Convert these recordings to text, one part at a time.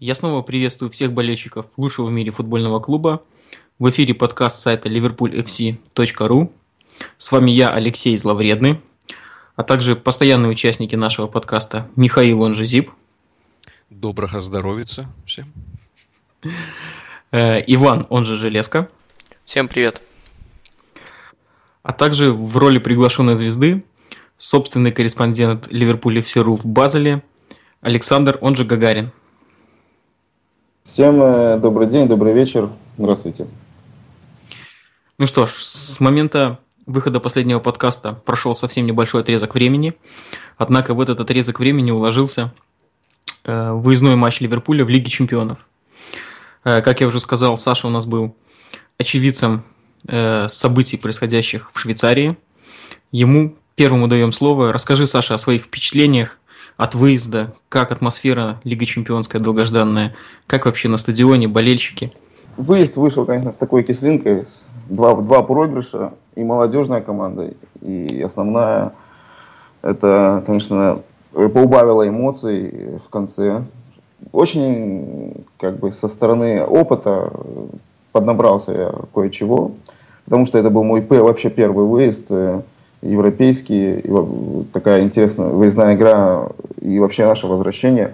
Я снова приветствую всех болельщиков лучшего в мире футбольного клуба. В эфире подкаст сайта liverpoolfc.ru. С вами я, Алексей Зловредный, а также постоянные участники нашего подкаста Михаил, он же Зип. Доброго здоровица всем. Иван, он же Железка. Всем привет. А также в роли приглашенной звезды собственный корреспондент Liverpool FC.ru в Базеле Александр, он же Гагарин. Всем добрый день, добрый вечер. Здравствуйте. Ну что ж, с момента выхода последнего подкаста прошел совсем небольшой отрезок времени. Однако в этот отрезок времени уложился выездной матч Ливерпуля в Лиге Чемпионов. Как я уже сказал, Саша у нас был очевидцем событий, происходящих в Швейцарии. Ему первому даем слово. Расскажи, Саша, о своих впечатлениях от выезда, как атмосфера Лига Чемпионская долгожданная, как вообще на стадионе, болельщики. Выезд вышел, конечно, с такой кислинкой. Два проигрыша, и молодежная команда, и основная. Это, конечно, поубавило эмоций в конце. Очень, со стороны опыта поднабрался я кое-чего, потому что это был мой вообще первый выезд европейский, и такая интересная выездная игра и вообще наше возвращение.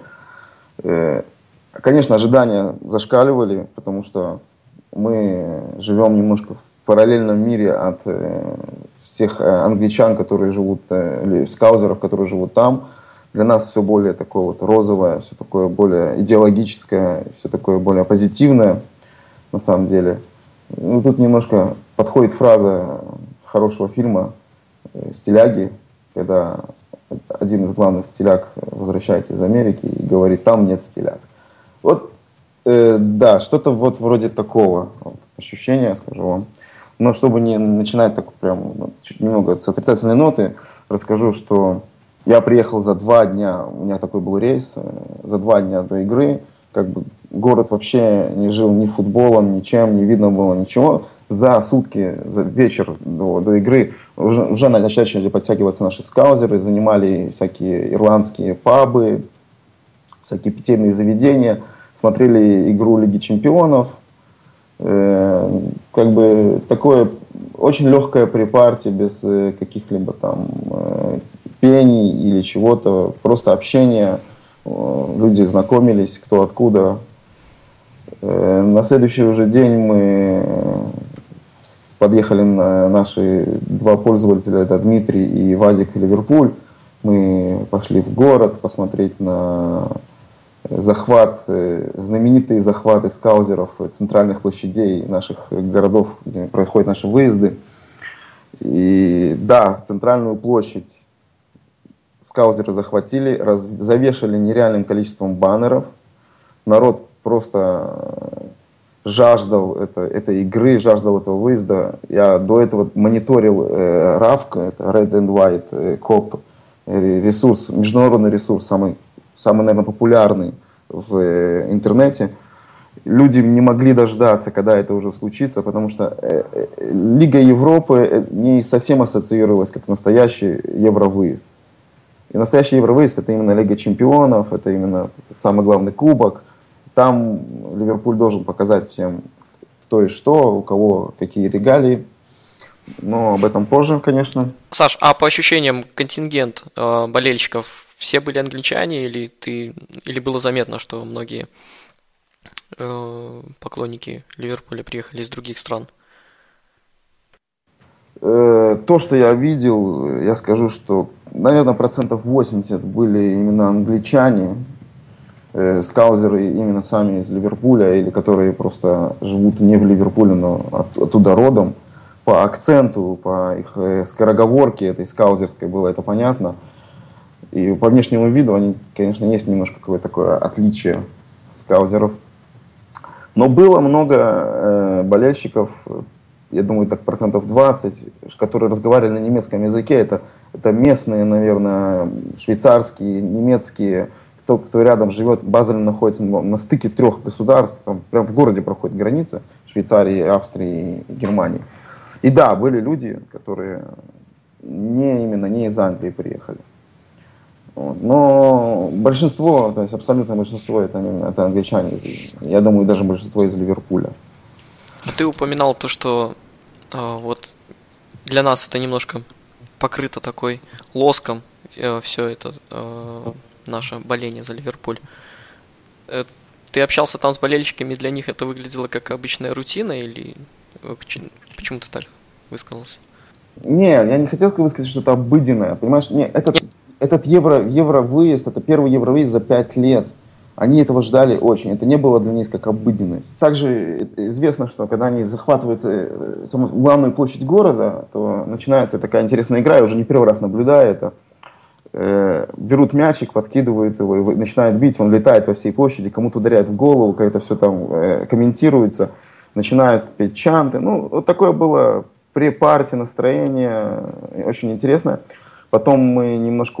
Конечно, ожидания зашкаливали, потому что мы живем немножко в параллельном мире от всех англичан, которые живут, или скаузеров, которые живут там. Для нас все более такое вот розовое, все такое более идеологическое, все такое более позитивное, на самом деле. Ну, тут немножко подходит фраза хорошего фильма «Стиляги», когда один из главных стиляг возвращается из Америки и говорит: «Там нет стиляг». Вот, да, что-то вот вроде такого вот ощущения, скажу вам. Но чтобы не начинать так прям чуть немного с отрицательной ноты, расскажу, что я приехал за 2 дня, у меня такой был рейс, за 2 дня до игры, город вообще не жил ни футболом, ничем, не видно было ничего. За сутки, за вечер до игры уже начали подтягиваться наши скаузеры, занимали всякие ирландские пабы, всякие питейные заведения, смотрели игру Лиги Чемпионов. Такое очень легкое припарти, без каких-либо там пений или чего-то, просто общение, люди знакомились, кто откуда. На следующий уже день мы подъехали на наши 2 пользователя, это Дмитрий и Вадик, Ливерпуль. Мы пошли в город посмотреть на знаменитые захваты скаузеров центральных площадей наших городов, где проходят наши выезды. И да, центральную площадь скаузеры захватили, завешали нереальным количеством баннеров. Народ просто жаждал этой игры, жаждал этого выезда. Я до этого мониторил RAVC, это Red and White Cop, ресурс, международный ресурс, самый, наверное, популярный в интернете. Люди не могли дождаться, когда это уже случится, потому что Лига Европы не совсем ассоциировалась как настоящий евровыезд. И настоящий евровыезд — это именно Лига Чемпионов, это именно самый главный кубок. Там Ливерпуль должен показать всем, кто и что, у кого какие регалии. Но об этом позже, конечно. Саш, а по ощущениям контингент болельщиков все были англичане, или было заметно, что многие поклонники Ливерпуля приехали из других стран? То, что я видел, я скажу, что, наверное, 80% были именно англичане, скаузеры именно сами из Ливерпуля, или которые просто живут не в Ливерпуле, но оттуда родом. По акценту, по их скороговорке этой скаузерской было это понятно. И по внешнему виду они, конечно, есть немножко какое-то такое отличие скаузеров. Но было много болельщиков, я думаю, так 20%, которые разговаривали на немецком языке. Это местные, наверное, швейцарские, немецкие, кто рядом живет. Базель находится на стыке 3 государств, там прям в городе проходит граница Швейцарии, Австрии и Германии. И да, были люди, которые не из Англии приехали. Вот. Но большинство, то есть абсолютное большинство, это англичане. Я думаю, даже большинство из Ливерпуля. Ты упоминал то, что вот для нас это немножко покрыто такой лоском, все это наше боление за Ливерпуль. Ты общался там с болельщиками, для них это выглядело как обычная рутина, или почему ты так высказался? Не, я не хотел высказать что-то обыденное, понимаешь? Не, этот евровыезд, это первый евровыезд за 5 лет. Они этого ждали очень. Это не было для них как обыденность. Также известно, что когда они захватывают саму главную площадь города, то начинается такая интересная игра, я уже не первый раз наблюдаю это. Берут мячик, подкидывают его, и начинают бить, он летает по всей площади, кому-то ударяет в голову, как это все там комментируется, начинают петь чанты. Ну, вот такое было при-парти настроение, очень интересно. Потом мы немножко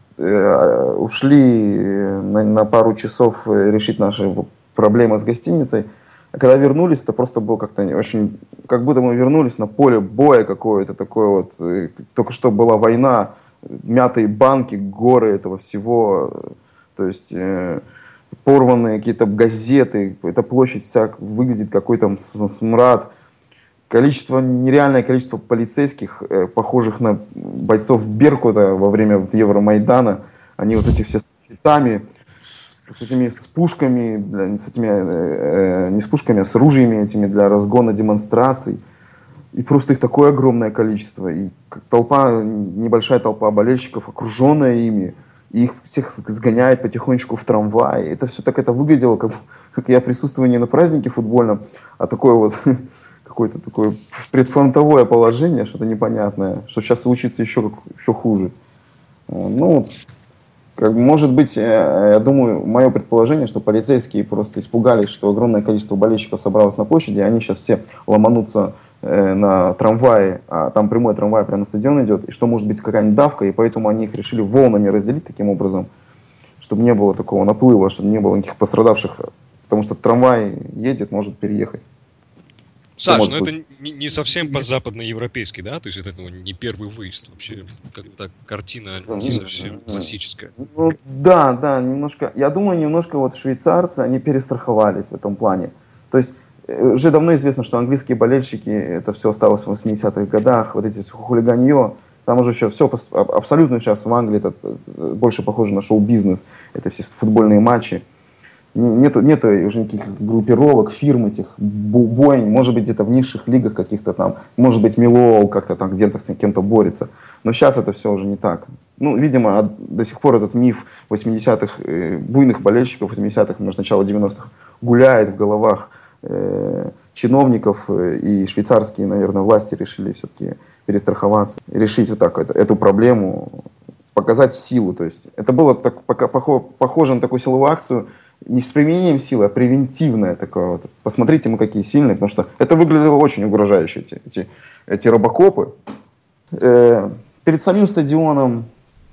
ушли на пару часов решить наши проблемы с гостиницей. А когда вернулись, это просто было как-то очень... Как будто мы вернулись на поле боя какое-то такое вот. Только что была война, мятые банки, горы этого всего. То есть порванные какие-то газеты. Эта площадь вся выглядит какой-то смрад. Нереальное количество полицейских, похожих на бойцов Беркута во время Евромайдана. Они вот эти все с щитами, с пушками, не с пушками, а с ружьями этими для разгона демонстраций. И просто их такое огромное количество. И небольшая толпа болельщиков, окруженная ими. И их всех сгоняет потихонечку в трамвай. Это все так выглядело, как я присутствую не на празднике футбольном, а такое вот... какое-то такое предфронтовое положение, что-то непонятное, что сейчас случится еще хуже. Ну, может быть, я думаю, мое предположение, что полицейские просто испугались, что огромное количество болельщиков собралось на площади, и они сейчас все ломанутся на трамвае, а там прямой трамвай прямо на стадион идет, и что может быть какая-нибудь давка, и поэтому они их решили волнами разделить таким образом, чтобы не было такого наплыва, чтобы не было никаких пострадавших, потому что трамвай едет, может переехать. Саш, ну это не совсем по-западноевропейски, да? То есть это не первый выезд вообще. Как-то картина не совсем классическая. Ну, да, немножко. Я думаю, немножко вот швейцарцы, они перестраховались в этом плане. То есть уже давно известно, что английские болельщики, это все осталось в 80-х годах, вот эти хулиганье, там уже все абсолютно сейчас в Англии это больше похоже на шоу-бизнес, это все футбольные матчи. Нет уже никаких группировок, фирм этих, бойн, может быть, где-то в низших лигах каких-то там, может быть, Миллоу как-то там где-то с кем-то борется. Но сейчас это все уже не так. Ну, видимо, до сих пор этот миф 80-х, буйных болельщиков 80-х, может, начала 90-х, гуляет в головах чиновников, и швейцарские, наверное, власти решили все-таки перестраховаться, решить вот так эту проблему, показать силу. То есть это было похоже на такую силовую акцию, не с применением силы, а превентивная такая вот. Посмотрите, мы какие сильные, потому что это выглядело очень угрожающе, эти робокопы. Перед самим стадионом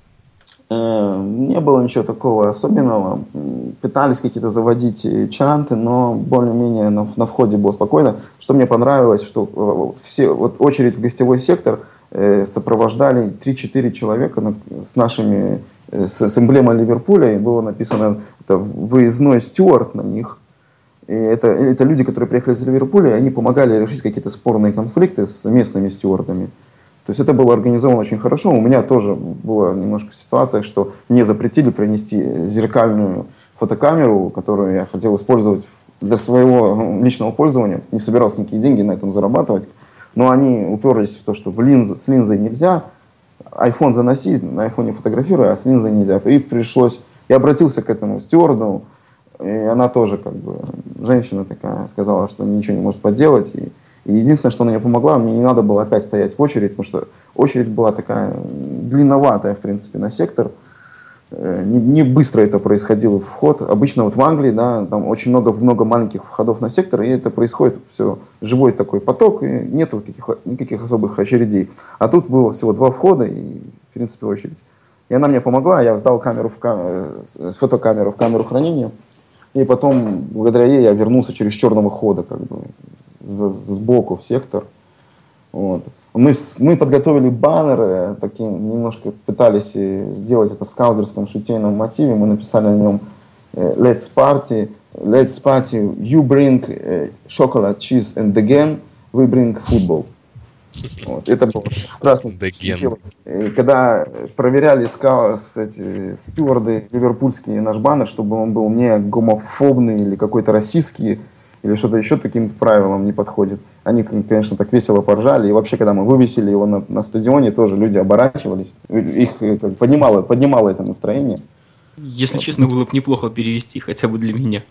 не было ничего такого особенного. Пытались какие-то заводить чанты, но более-менее на входе было спокойно. Что мне понравилось, что очередь в гостевой сектор сопровождали 3-4 человека с эмблемой Ливерпуля, и было написано это выездной стюард на них. И это люди, которые приехали из Ливерпуля, и они помогали решить какие-то спорные конфликты с местными стюардами. То есть это было организовано очень хорошо. У меня тоже была немножко ситуация, что мне запретили принести зеркальную фотокамеру, которую я хотел использовать для своего личного пользования. Не собирался никакие деньги на этом зарабатывать. Но они уперлись в то, что с линзой нельзя. iPhone заноси, на iPhone фотографирую, а с линзой нельзя. И пришлось... Я обратился к этому стюарду, и она тоже женщина такая, сказала, что ничего не может поделать. И единственное, что она мне помогла, мне не надо было опять стоять в очередь, потому что очередь была такая длинноватая, в принципе, на сектор. Не быстро это происходило вход. Обычно вот в Англии, да, там очень много маленьких входов на сектор, и это происходит все живой такой поток, и нету никаких особых очередей. А тут было всего 2 входа и, в принципе, очередь. И она мне помогла, я сдал фотокамеру в камеру хранения, и потом, благодаря ей, я вернулся через черного хода, сбоку в сектор. Вот. Мы подготовили баннеры, таким немножко пытались сделать это в скаузерском шутейном мотиве. Мы написали на нем Let's party, you bring chocolate, cheese and again, we bring football. Вот. Это было в красном. Когда проверяли стюарды ливерпульские наш баннер, чтобы он был не гомофобный или какой-то расистский, или что-то еще таким правилам не подходит. Они, конечно, так весело поржали. И вообще, когда мы вывесили его на стадионе, тоже люди оборачивались. Их поднимало это настроение. Если честно, было бы неплохо перевести, хотя бы для меня.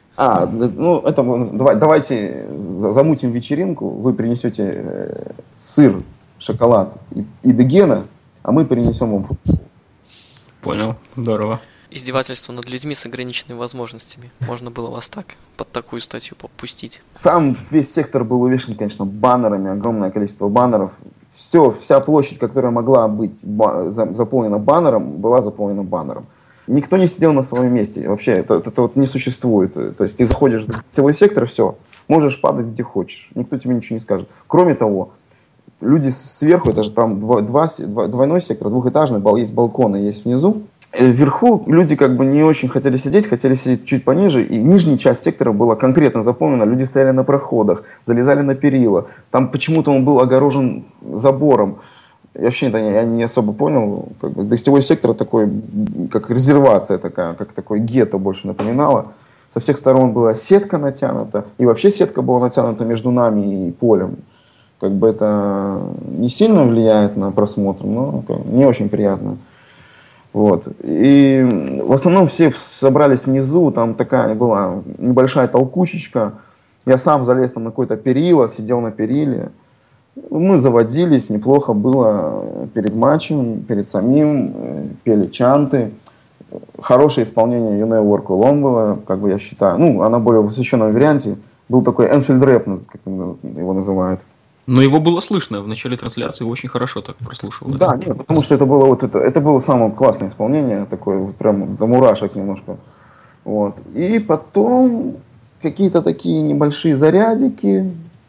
Давайте замутим вечеринку. Вы принесете сыр, шоколад и дегена, а мы перенесем вам футбол. Понял, здорово. Издевательство над людьми с ограниченными возможностями. Можно было вас так, под такую статью попустить. Сам весь сектор был увешан, конечно, баннерами, огромное количество баннеров. Вся площадь, которая могла быть заполнена баннером, была заполнена баннером. Никто не сидел на своем месте. Вообще, это вот не существует. То есть ты заходишь в целый сектор, все, можешь падать где хочешь. Никто тебе ничего не скажет. Кроме того, люди сверху, это же там двойной сектор, двухэтажный, есть балконы, есть внизу. Вверху люди как бы не очень хотели сидеть чуть пониже, и нижняя часть сектора была конкретно заполнена. Люди стояли на проходах, залезали на перила. Там почему-то он был огорожен забором. Я вообще я не особо понял. Как бы гостевой сектор такой, как резервация такая, как такой гетто больше напоминало. Со всех сторон была сетка натянута, и вообще сетка была натянута между нами и полем. Как бы это не сильно влияет на просмотр, но не очень приятно. Вот. И в основном все собрались внизу, там такая была небольшая толкучечка. Я сам залез там на какое-то перила, сидел на периле. Мы заводились, неплохо было перед матчем, перед самим, пели чанты. Хорошее исполнение You Never Walk Alone было, как бы я считаю. Она более в усеченном варианте. Был такой Enfield Rap, как его называют. Но его было слышно в начале трансляции, очень хорошо так прослушивал. Да, нет, потому что это было самое классное исполнение, такое прям до мурашек немножко. Вот. И потом какие-то такие небольшие зарядики.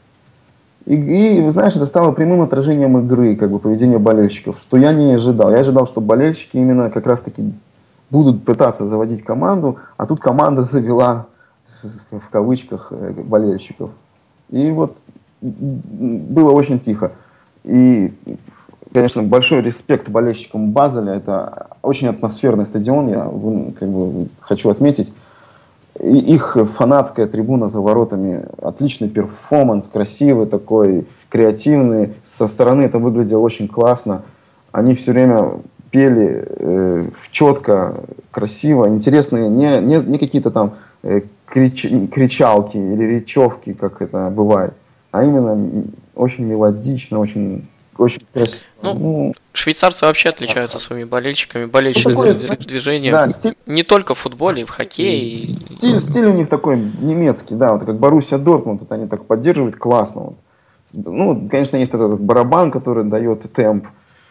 И вы знаешь, это стало прямым отражением игры, как бы поведения болельщиков, что я не ожидал. Я ожидал, что болельщики именно как раз-таки будут пытаться заводить команду, а тут команда завела, в кавычках, болельщиков. И вот было очень тихо. И, конечно, большой респект болельщикам Базеля. Это очень атмосферный стадион, я хочу отметить. И их фанатская трибуна за воротами, отличный перформанс, красивый такой, креативный. Со стороны это выглядело очень классно. Они все время пели четко, красиво, интересные, не какие-то там кричалки или речевки, как это бывает, а именно очень мелодично, очень красиво. Швейцарцы вообще отличаются своими болельщиками, движением. Да, не только в футболе, и в хоккее. Стиль у них такой немецкий, да, вот как Боруссия Дортмунд, вот они так поддерживают классно. Конечно, есть этот барабан, который дает темп,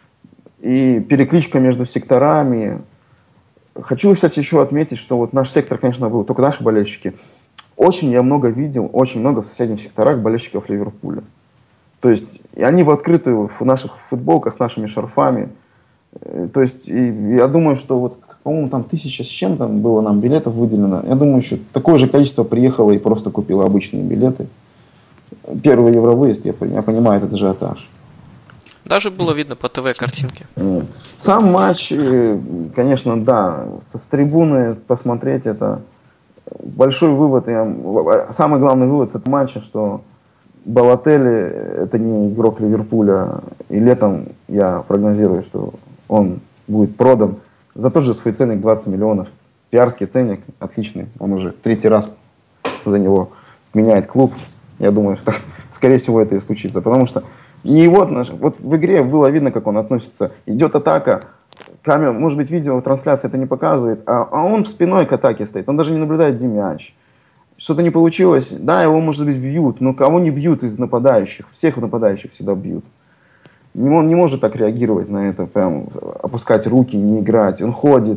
и перекличка между секторами. Хочу, кстати, еще отметить, что вот наш сектор, конечно, был только наши болельщики. Я много в соседних секторах болельщиков Ливерпуля. То есть они в открытую в наших футболках с нашими шарфами. То есть я думаю, что по-моему, там 1000 с чем-то было нам билетов выделено. Я думаю, еще такое же количество приехало и просто купило обычные билеты. Первый евровыезд, я понимаю, это ажиотаж. Даже было видно по ТВ картинки. Сам матч, конечно, да, с трибуны посмотреть это большой вывод. Самый главный вывод с этого матча, что Балотелли это не игрок Ливерпуля. И летом я прогнозирую, что он будет продан за тот же свой ценник 20 миллионов. Пиарский ценник отличный. Он уже 3-й раз за него меняет клуб. Я думаю, что скорее всего это и случится. Потому что вот в игре было видно, как он относится. Идет атака, камера, может быть, видеотрансляция это не показывает, а он спиной к атаке стоит. Он даже не наблюдает, где мяч. Что-то не получилось, да, его, может быть, бьют, но кого не бьют из нападающих? Всех нападающих всегда бьют. Он не может так реагировать на это, прям опускать руки, не играть. Он ходит.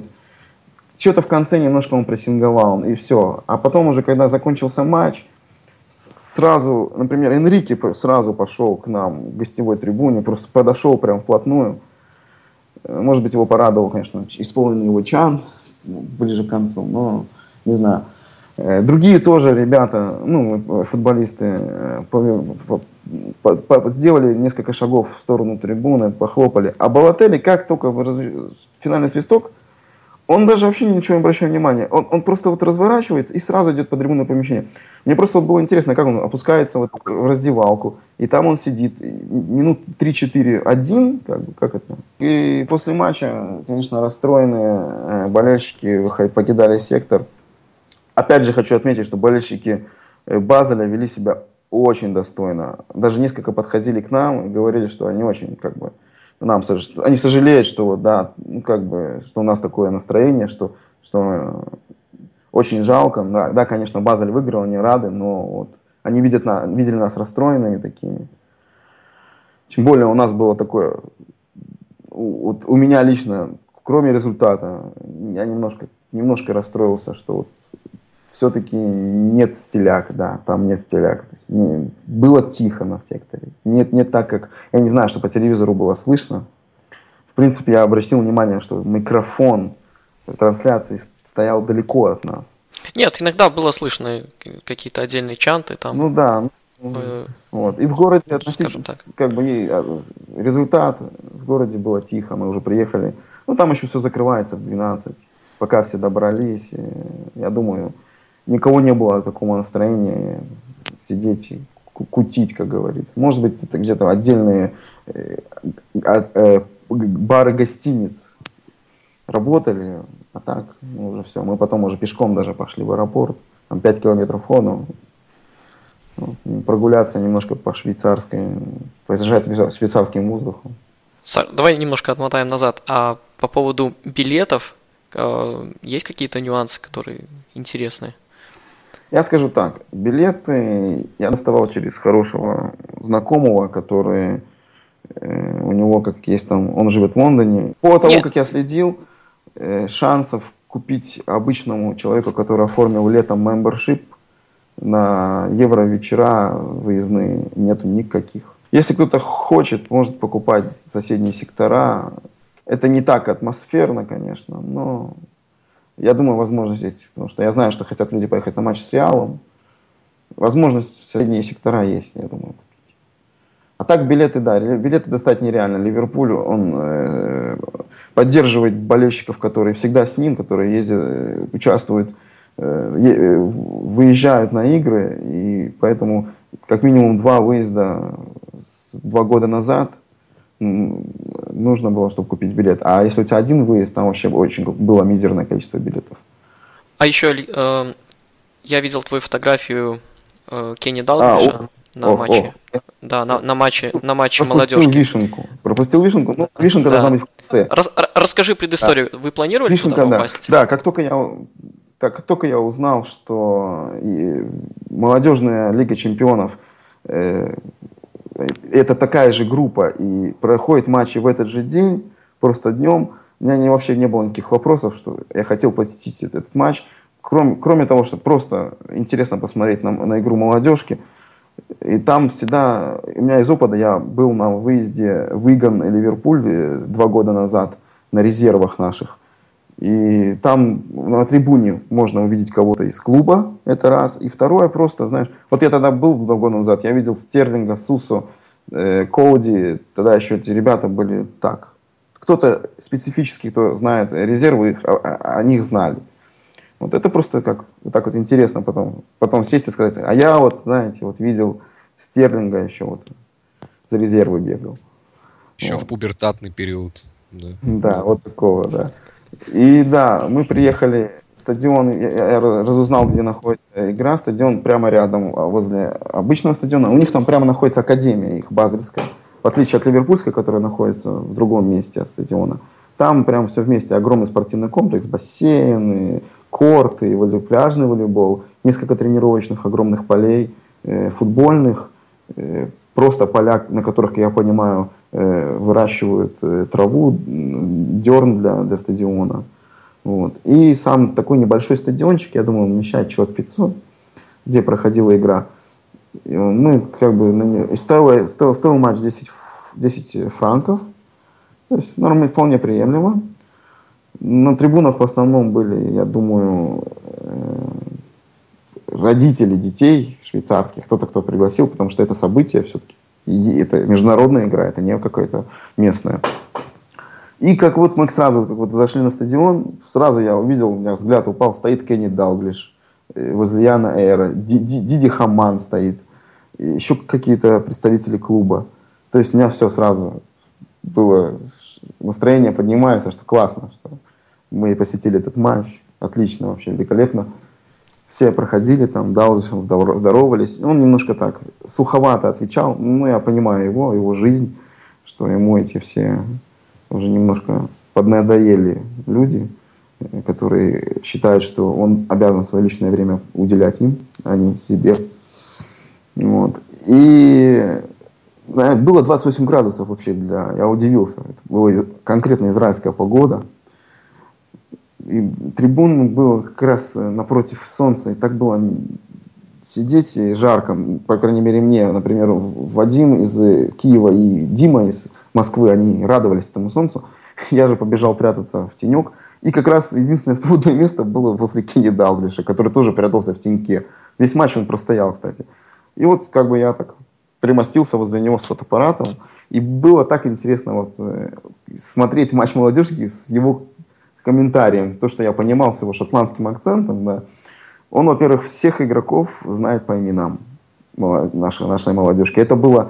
Что-то в конце немножко он прессинговал, и все. А потом уже, когда закончился матч, сразу, например, Энрике сразу пошел к нам в гостевой трибуне, просто подошел прям вплотную. Может быть, его порадовал, конечно, исполненный его чан ближе к концу, но не знаю. Другие тоже ребята, футболисты, сделали несколько шагов в сторону трибуны, похлопали. А Балотелли, как только финальный свисток, он даже вообще ничего не обращает внимания. Он просто вот разворачивается и сразу идет по трибунное помещение. Мне просто вот было интересно, как он опускается в раздевалку, и там он сидит минут 3-4 один, как это. И после матча, конечно, расстроенные болельщики покидали сектор. Опять же, хочу отметить, что болельщики Базеля вели себя очень достойно. Даже несколько подходили к нам и говорили, что они очень, они сожалеют, что что у нас такое настроение, что очень жалко. Да, конечно, Базель выиграл, они рады, но вот они видели нас расстроенными такими. Тем более у нас было такое, вот у меня лично, кроме результата, я немножко расстроился, что вот все-таки нет стиляк, да, там нет стиляк. То есть было тихо на секторе. Не так, как... Я не знаю, что по телевизору было слышно. В принципе, я обратил внимание, что микрофон трансляции стоял далеко от нас. Нет, иногда было слышно какие-то отдельные чанты там. Ну да. Вот. И в городе относительно, результат, в городе было тихо, мы уже приехали. Там еще все закрывается в 12. Пока все добрались, я думаю, никого не было такого настроения сидеть и кутить, как говорится. Может быть, это где-то отдельные бары гостиниц работали, а так, уже все. Мы потом уже пешком даже пошли в аэропорт, там 5 километров ходу. Прогуляться немножко по швейцарской, подышать швейцарским воздухом. Давай немножко отмотаем назад. А по поводу билетов, есть какие-то нюансы, которые интересны? Я скажу так, билеты я доставал через хорошего знакомого, который у него он живет в Лондоне. По тому, как я следил, шансов купить обычному человеку, который оформил летом membership на евровечера выездные, нету никаких. Если кто-то хочет, может покупать соседние сектора. Это не так атмосферно, конечно, но я думаю, возможность есть. Потому что я знаю, что хотят люди поехать на матч с Реалом. Возможность в соседние сектора есть, я думаю. А так билеты достать нереально. Ливерпуль, он поддерживает болельщиков, которые всегда с ним, которые ездят, участвуют, выезжают на игры. И поэтому как минимум 2 выезда 2 года назад нужно было, чтобы купить билет. А если у тебя один выезд, там вообще очень было мизерное количество билетов. А еще я видел твою фотографию Кенни Далглиша на матче. Да, на матче молодежки. Пропустил вишенку. Вишенка должна быть в конце. Расскажи предысторию. Вы планировали вишенка, туда попасть? Да, как только я узнал, что молодежная Лига Чемпионов это такая же группа, и проходит матчи в этот же день, просто днем. У меня вообще не было никаких вопросов, что я хотел посетить этот матч. Кроме того, что просто интересно посмотреть на игру молодежки. И там всегда, у меня из опыта, я был на выезде в Иган и Ливерпуль 2 года назад на резервах наших. И там на трибуне можно увидеть кого-то из клуба, это раз. И второе, просто, знаешь, вот я тогда был 2 года назад, я видел Стерлинга, Сусо, Коуди, тогда еще эти ребята были так. Кто-то специфический, кто знает резервы, о них знали. Вот это просто вот так вот интересно потом сесть и сказать, а я вот, знаете, вот видел Стерлинга еще вот за резервы бегал. Еще вот. В пубертатный период. Да, вот такого, да. И да, мы приехали, стадион, я разузнал, где находится игра, стадион прямо рядом, возле обычного стадиона. У них там прямо находится академия, их базельская, в отличие от ливерпульской, которая находится в другом месте от стадиона. Там прям все вместе, огромный спортивный комплекс, бассейн, корты, пляжный волейбол, несколько тренировочных огромных полей, футбольных, просто поля, на которых, я понимаю, выращивают траву, дерн для стадиона. Вот. И сам такой небольшой стадиончик, я думаю, вмещает человек 500, где проходила игра. Мы как бы стоил матч 10 франков. То есть нормально, вполне приемлемо. На трибунах в основном были, я думаю, родители детей швейцарских, кто пригласил, потому что это событие все-таки. И это международная игра, это не какая-то местная. И как вот мы сразу зашли на стадион, сразу я увидел, у меня взгляд упал, стоит Кенни Далглиш, возле Яна Эйра, Диди Хаман стоит, еще какие-то представители клуба. То есть у меня все сразу было, настроение поднимается, что классно, что мы посетили этот матч, отлично вообще, великолепно. Все проходили там, Далглишем здоровались. Он немножко так суховато отвечал. Ну, я понимаю его жизнь, что ему эти все уже немножко поднадоели люди, которые считают, что он обязан свое личное время уделять им, а не себе. Вот. И было 28 градусов вообще я удивился. Это была конкретно израильская погода. И трибун был как раз напротив солнца, и так было сидеть и жарко. По крайней мере, мне, например, Вадим из Киева и Дима из Москвы, они радовались этому солнцу. Я же побежал прятаться в тенек. И как раз единственное свободное место было возле Кенни Далглиша, который тоже прятался в теньке. Весь матч он простоял, кстати. И вот как бы я так примостился возле него с фотоаппаратом. И было так интересно смотреть матч молодежки с его комментарием, то, что я понимал с его шотландским акцентом, да. Он, во-первых, всех игроков знает по именам нашей молодежки. Это было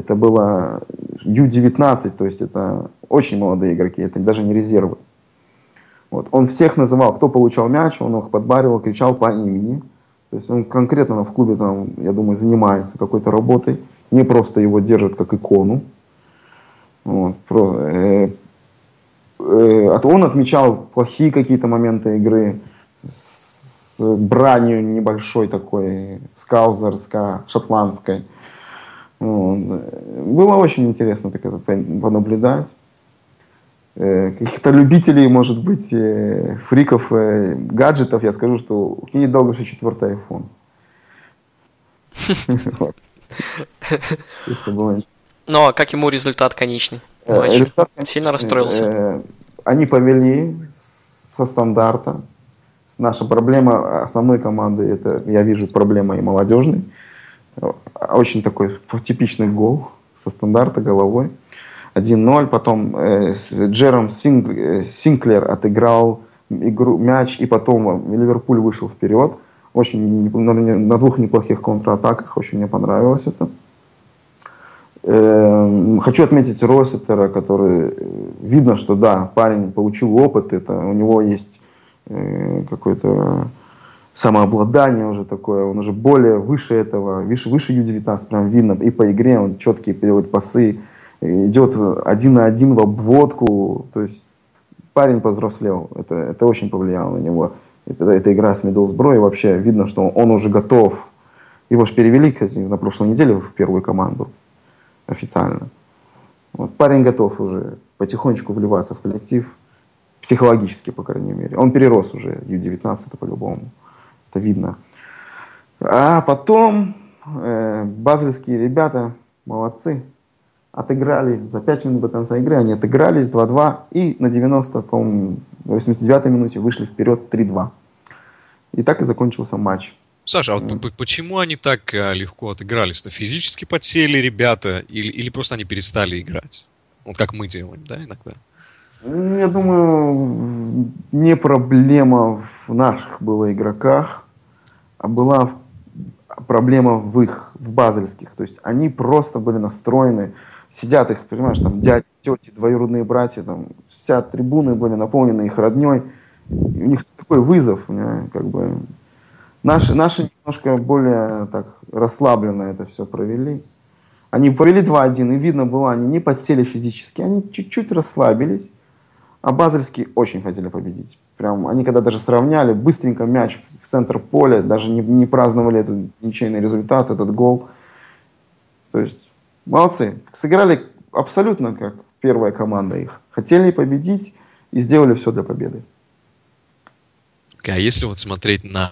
U19, то есть это очень молодые игроки, это даже не резервы. Вот. Он всех называл, кто получал мяч, он их подбаривал, кричал по имени. То есть он конкретно в клубе, там, я думаю, занимается какой-то работой, не просто его держат как икону. Вот. Он отмечал плохие какие-то моменты игры с бранью небольшой такой, скаузерско-шотландской. Было очень интересно так это понаблюдать. Каких-то любителей, может быть, фриков, гаджетов, я скажу, что у Кенни Далглиша 4-й iPhone. Ну, а как ему результат конечный? Сильно расстроился? Они повели со стандарта. Наша проблема основной команды, это, я вижу, проблема и молодежной. Очень такой типичный гол со стандарта головой. 1-0. Потом Джером Синклер отыграл мяч, и потом Ливерпуль вышел вперед. Очень на 2 неплохих контратаках. Очень мне понравилось это. Хочу отметить Россетера, который видно, что да, парень получил опыт, это у него есть какое-то самообладание уже такое, он уже более выше этого, выше U19, прям видно, и по игре он четкие делает пасы, идет 1 на 1 в обводку, то есть парень повзрослел, это очень повлияло на него. Это игра с Миддлсбро, и вообще видно, что он уже готов. Его же перевели, кстати, на прошлой неделе в первую команду. Официально. Вот, парень готов уже потихонечку вливаться в коллектив. Психологически, по крайней мере. Он перерос уже U19 по-любому. Это видно. А потом базельские ребята, молодцы, отыграли за 5 минут до конца игры. Они отыгрались 2-2 и на 90, по-моему, 89-й минуте вышли вперед 3-2. И так и закончился матч. Саша, а вот почему они так легко отыгрались-то? Физически подсели ребята или просто они перестали играть? Вот как мы делаем, да, иногда? Я думаю, не проблема в наших была игроках, а была проблема в базельских. То есть они просто были настроены, сидят их, понимаешь, там дяди, тети, двоюродные братья, там вся трибуны были наполнены их родней. И у них такой вызов, как бы... Наши немножко более так расслабленно это все провели. Они повели 2-1, и видно было, они не подсели физически, они чуть-чуть расслабились, а базельские очень хотели победить. Прям, они когда даже сравняли, быстренько мяч в центр поля, даже не праздновали этот ничейный результат, этот гол. То есть, молодцы. Сыграли абсолютно как первая команда их. Хотели победить и сделали все для победы. А если вот смотреть на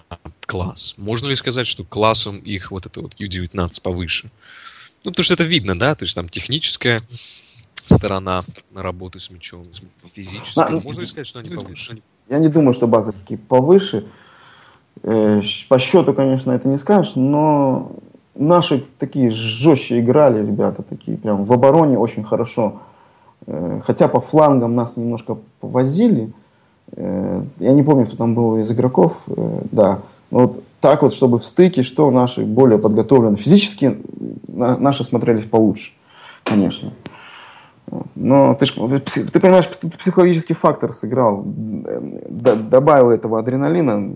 класс? Можно ли сказать, что классом их вот это вот U19 повыше? Ну, потому что это видно, да? То есть там техническая сторона работы с мячом, физическая. Можно ли сказать, что они повыше? Я не думаю, что базовские повыше. По счету, конечно, это не скажешь, но наши такие жестче играли, ребята, такие прям в обороне очень хорошо. Хотя по флангам нас немножко повозили. Я не помню, кто там был из игроков, да. Но вот так вот, чтобы в стыке, что наши более подготовлены. Физически наши смотрелись получше, конечно. Но ты понимаешь, тут психологический фактор сыграл. Добавил этого адреналина,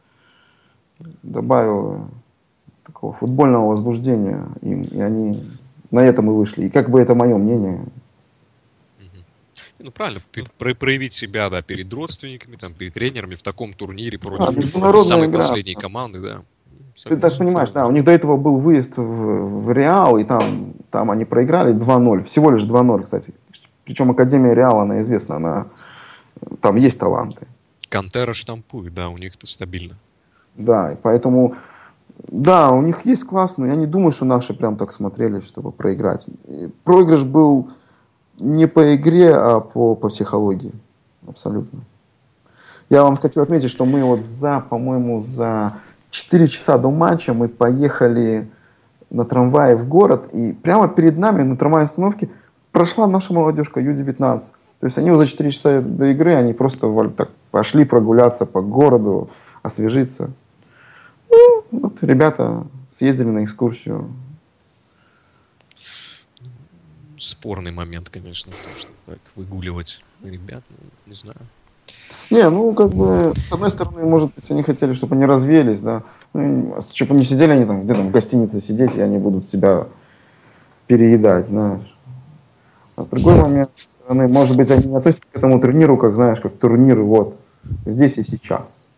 добавил такого футбольного возбуждения им, и они на этом и вышли. И как бы это мое мнение. Ну, правильно, проявить себя, да, перед родственниками, там, перед тренерами в таком турнире против самой последней команды, да. Ты даже понимаешь, да, у них до этого был выезд в Реал, и там они проиграли 2-0, всего лишь 2-0, кстати. Причем Академия Реала, она известна, там есть таланты. Кантера штампует, да, у них это стабильно. Да, и поэтому, да, у них есть класс, но я не думаю, что наши прям так смотрели, чтобы проиграть. И проигрыш был не по игре, а по психологии. Абсолютно. Я вам хочу отметить, что мы вот по-моему, за 4 часа до матча мы поехали на трамвае в город, и прямо перед нами на трамвайной остановке прошла наша молодежка Ю-19. То есть они за 4 часа до игры, они просто так пошли прогуляться по городу, освежиться. Ну, вот ребята съездили на экскурсию. Спорный момент, конечно, в том, что так выгуливать ребят, не знаю. Не, ну, как бы, с одной стороны, может быть, они хотели, чтобы они развеялись, да. Ну, чтобы они сидели, они там где-то в гостинице сидеть, и они будут себя переедать, знаешь. А с другой момент, может быть, они не относятся к этому турниру, как, знаешь, как турнир, вот, здесь и сейчас.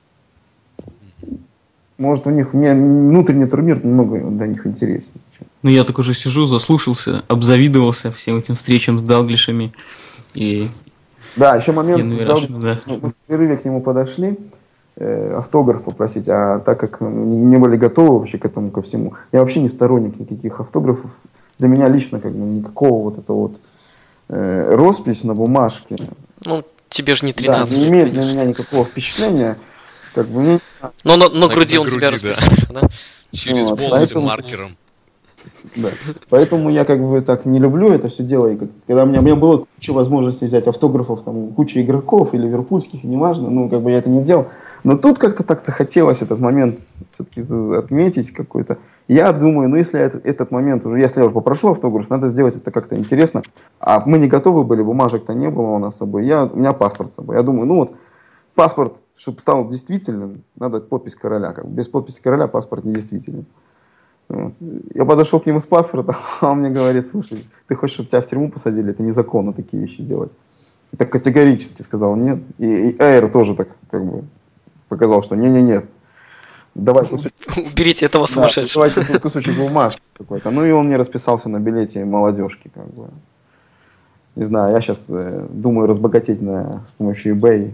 Может, у них внутренний турнир намного для них интереснее. Ну, я так уже сижу, заслушался, обзавидовался всем этим встречам с Далглишами. И... Да, еще момент, да. Мы в перерыве к нему подошли, автограф попросить, а так как не были готовы вообще к этому, ко всему, я вообще не сторонник никаких автографов. Для меня лично как бы никакого вот этого вот роспись на бумажке. Ну, тебе же не 13 лет. Не имеет для меня никакого впечатления. Как бы, но на груди он тебя расписался, да? Через волосы маркером. Да. Поэтому я как бы так не люблю это все дело. И когда у меня было куча возможностей взять автографов, там, куча игроков, и ливерпульских, и неважно, ну, как бы я это не делал. Но тут как-то так захотелось этот момент все-таки отметить какой-то. Я думаю, ну, если этот момент уже, если я уже попрошу автограф, надо сделать это как-то интересно. А мы не готовы были, бумажек-то не было у нас с собой. У меня паспорт с собой. Я думаю, ну вот, паспорт, чтобы стал действительным, надо подпись короля. Как бы без подписи короля паспорт не действителен. Вот. Я подошел к нему с паспортом, а он мне говорит: слушай, ты хочешь, чтобы тебя в тюрьму посадили? Это незаконно такие вещи делать. И так категорически сказал нет. И Эйр тоже так как бы показал, что не-не-нет. Давай кусочек. Уберите этого сумасшедшего. Да, давайте кусочек бумажки какой-то. Ну и он мне расписался на билете молодежки. Как бы. Не знаю, я сейчас думаю разбогатеть с помощью eBay.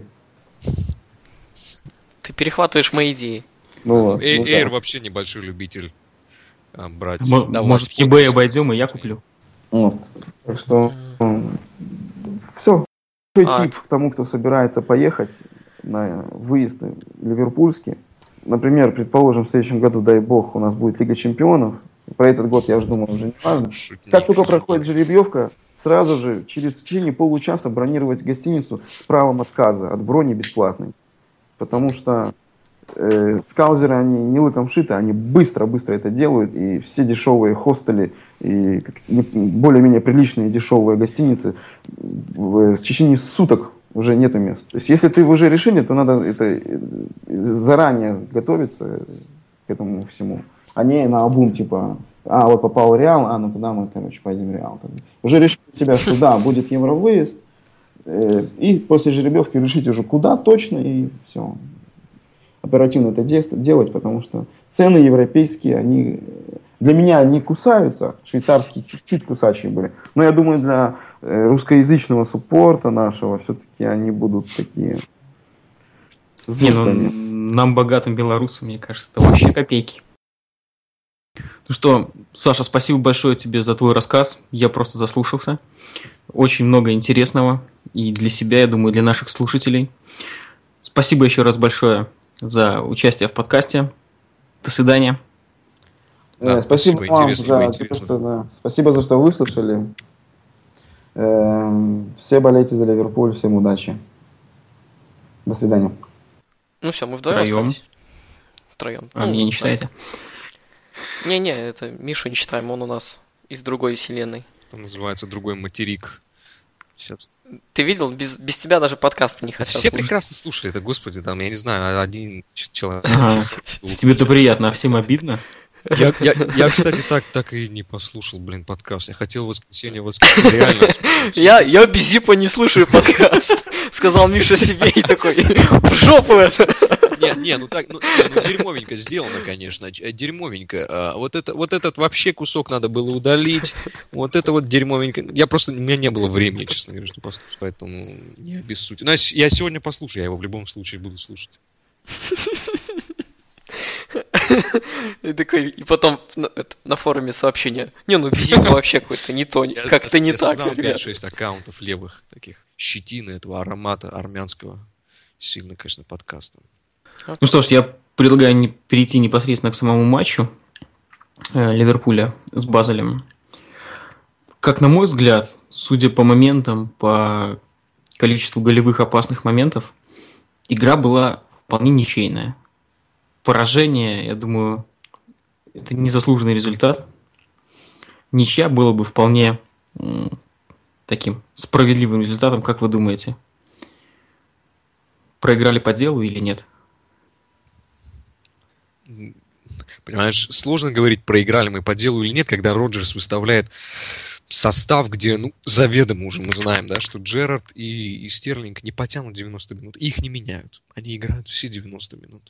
Ты перехватываешь мои идеи. Эйр вообще небольшой любитель брать. Может, eBay обойдем, и я куплю. Вот. Так что все. Тип к тому, кто собирается поехать на выезд ливерпульский. Например, предположим, в следующем году, дай бог, у нас будет Лига Чемпионов. Про этот год я уже думаю, уже не важно. Как только проходит жеребьевка, сразу же в течение получаса бронировать гостиницу с правом отказа от брони бесплатной. Потому что скаузеры, они не лыком шиты, они быстро-быстро это делают, и все дешевые хостели и более-менее приличные дешевые гостиницы в течение суток уже нету мест. То есть, если ты уже решили, то надо это заранее готовиться к этому всему, а не наобум, типа, вот попал в Реал, ну туда мы, поедем в Реал. Уже решили себя, что да, будет евровыезд, и после жеребьевки решите уже куда точно, и все. Оперативно это делать, потому что цены европейские, они для меня не кусаются, швейцарские чуть-чуть кусачие были, но я думаю, для русскоязычного суппорта нашего все-таки они будут такие С Не, ну, фруктами. нам, богатым белорусам, мне кажется, это вообще копейки. Ну что, Саша, спасибо большое тебе за твой рассказ. Я просто заслушался. Очень много интересного и для себя, я думаю, для наших слушателей. Спасибо еще раз большое за участие в подкасте. До свидания. Да, Спасибо спасибо, вам интересно, за интересно. то, что, да, спасибо за что выслушали. Все болейте за Ливерпуль, всем удачи. До свидания. Ну все, мы вдвоем Втроем. остались. Втроем. А меня не считаете? Не-не, это Мишу не считаем, он у нас из другой вселенной. Это называется другой материк. Сейчас. Ты видел, без тебя даже подкасты не Да хотят все слушать. прекрасно слушали это, господи, там, я не знаю, один человек. Ага. Тебе-то приятно, а всем обидно? Я, кстати, так и не послушал, подкаст. Я хотел воскресенье, реально. Я без зипа не слушаю подкаст. Сказал Миша себе и такой, в жопу это. Дерьмовенько сделано, конечно, дерьмовенько. Вот этот вообще кусок надо было удалить. Вот это вот дерьмовенько. У меня не было времени, честно говоря, чтобы послушать, поэтому не обессудь. Я сегодня послушаю, я его в любом случае буду слушать. И потом на форуме сообщение. Не, ну Зип вообще какой-то не то, как-то не так. Я создал 5-6 аккаунтов левых, таких щетины этого аромата армянского. Сильно, конечно, подкаста. Ну что ж, я предлагаю перейти непосредственно к самому матчу Ливерпуля с Базелем. Как на мой взгляд, судя по моментам, по количеству голевых опасных моментов, игра была вполне ничейная. Поражение, я думаю, это незаслуженный результат. Ничья было бы вполне таким справедливым результатом, как вы думаете? Проиграли по делу или нет? Понимаешь, сложно говорить, проиграли мы по делу или нет, когда Роджерс выставляет состав, где, заведомо уже мы знаем, да, что Джерард и Стерлинг не потянут 90 минут. Их не меняют. Они играют все 90 минут.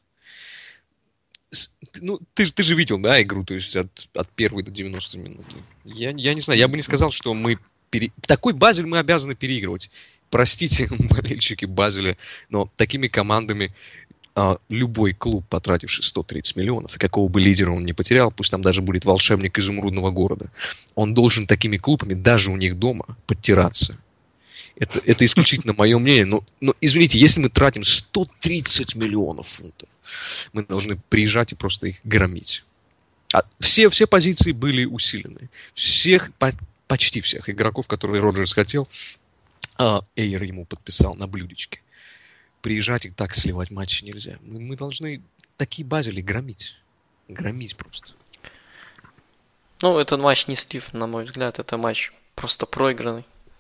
Ты же видел, да, игру, то есть от первой до 90 минут. Я не знаю, я бы не сказал, что мы... Такой Базель мы обязаны переигрывать. Простите, болельщики Базеля, но такими командами любой клуб, потративший 130 миллионов, и какого бы лидера он не потерял, пусть там даже будет волшебник изумрудного города, он должен такими клубами, даже у них дома, подтираться. Это исключительно мое мнение. Но извините, если мы тратим 130 миллионов фунтов, мы должны приезжать и просто их громить. Все позиции были усилены. Почти всех игроков, которые Роджерс хотел, Эйер ему подписал на блюдечке. Приезжать и так сливать матчи нельзя. Мы должны такие Базели громить. Громить просто. Этот матч не слив, на мой взгляд. Это матч просто проигранный.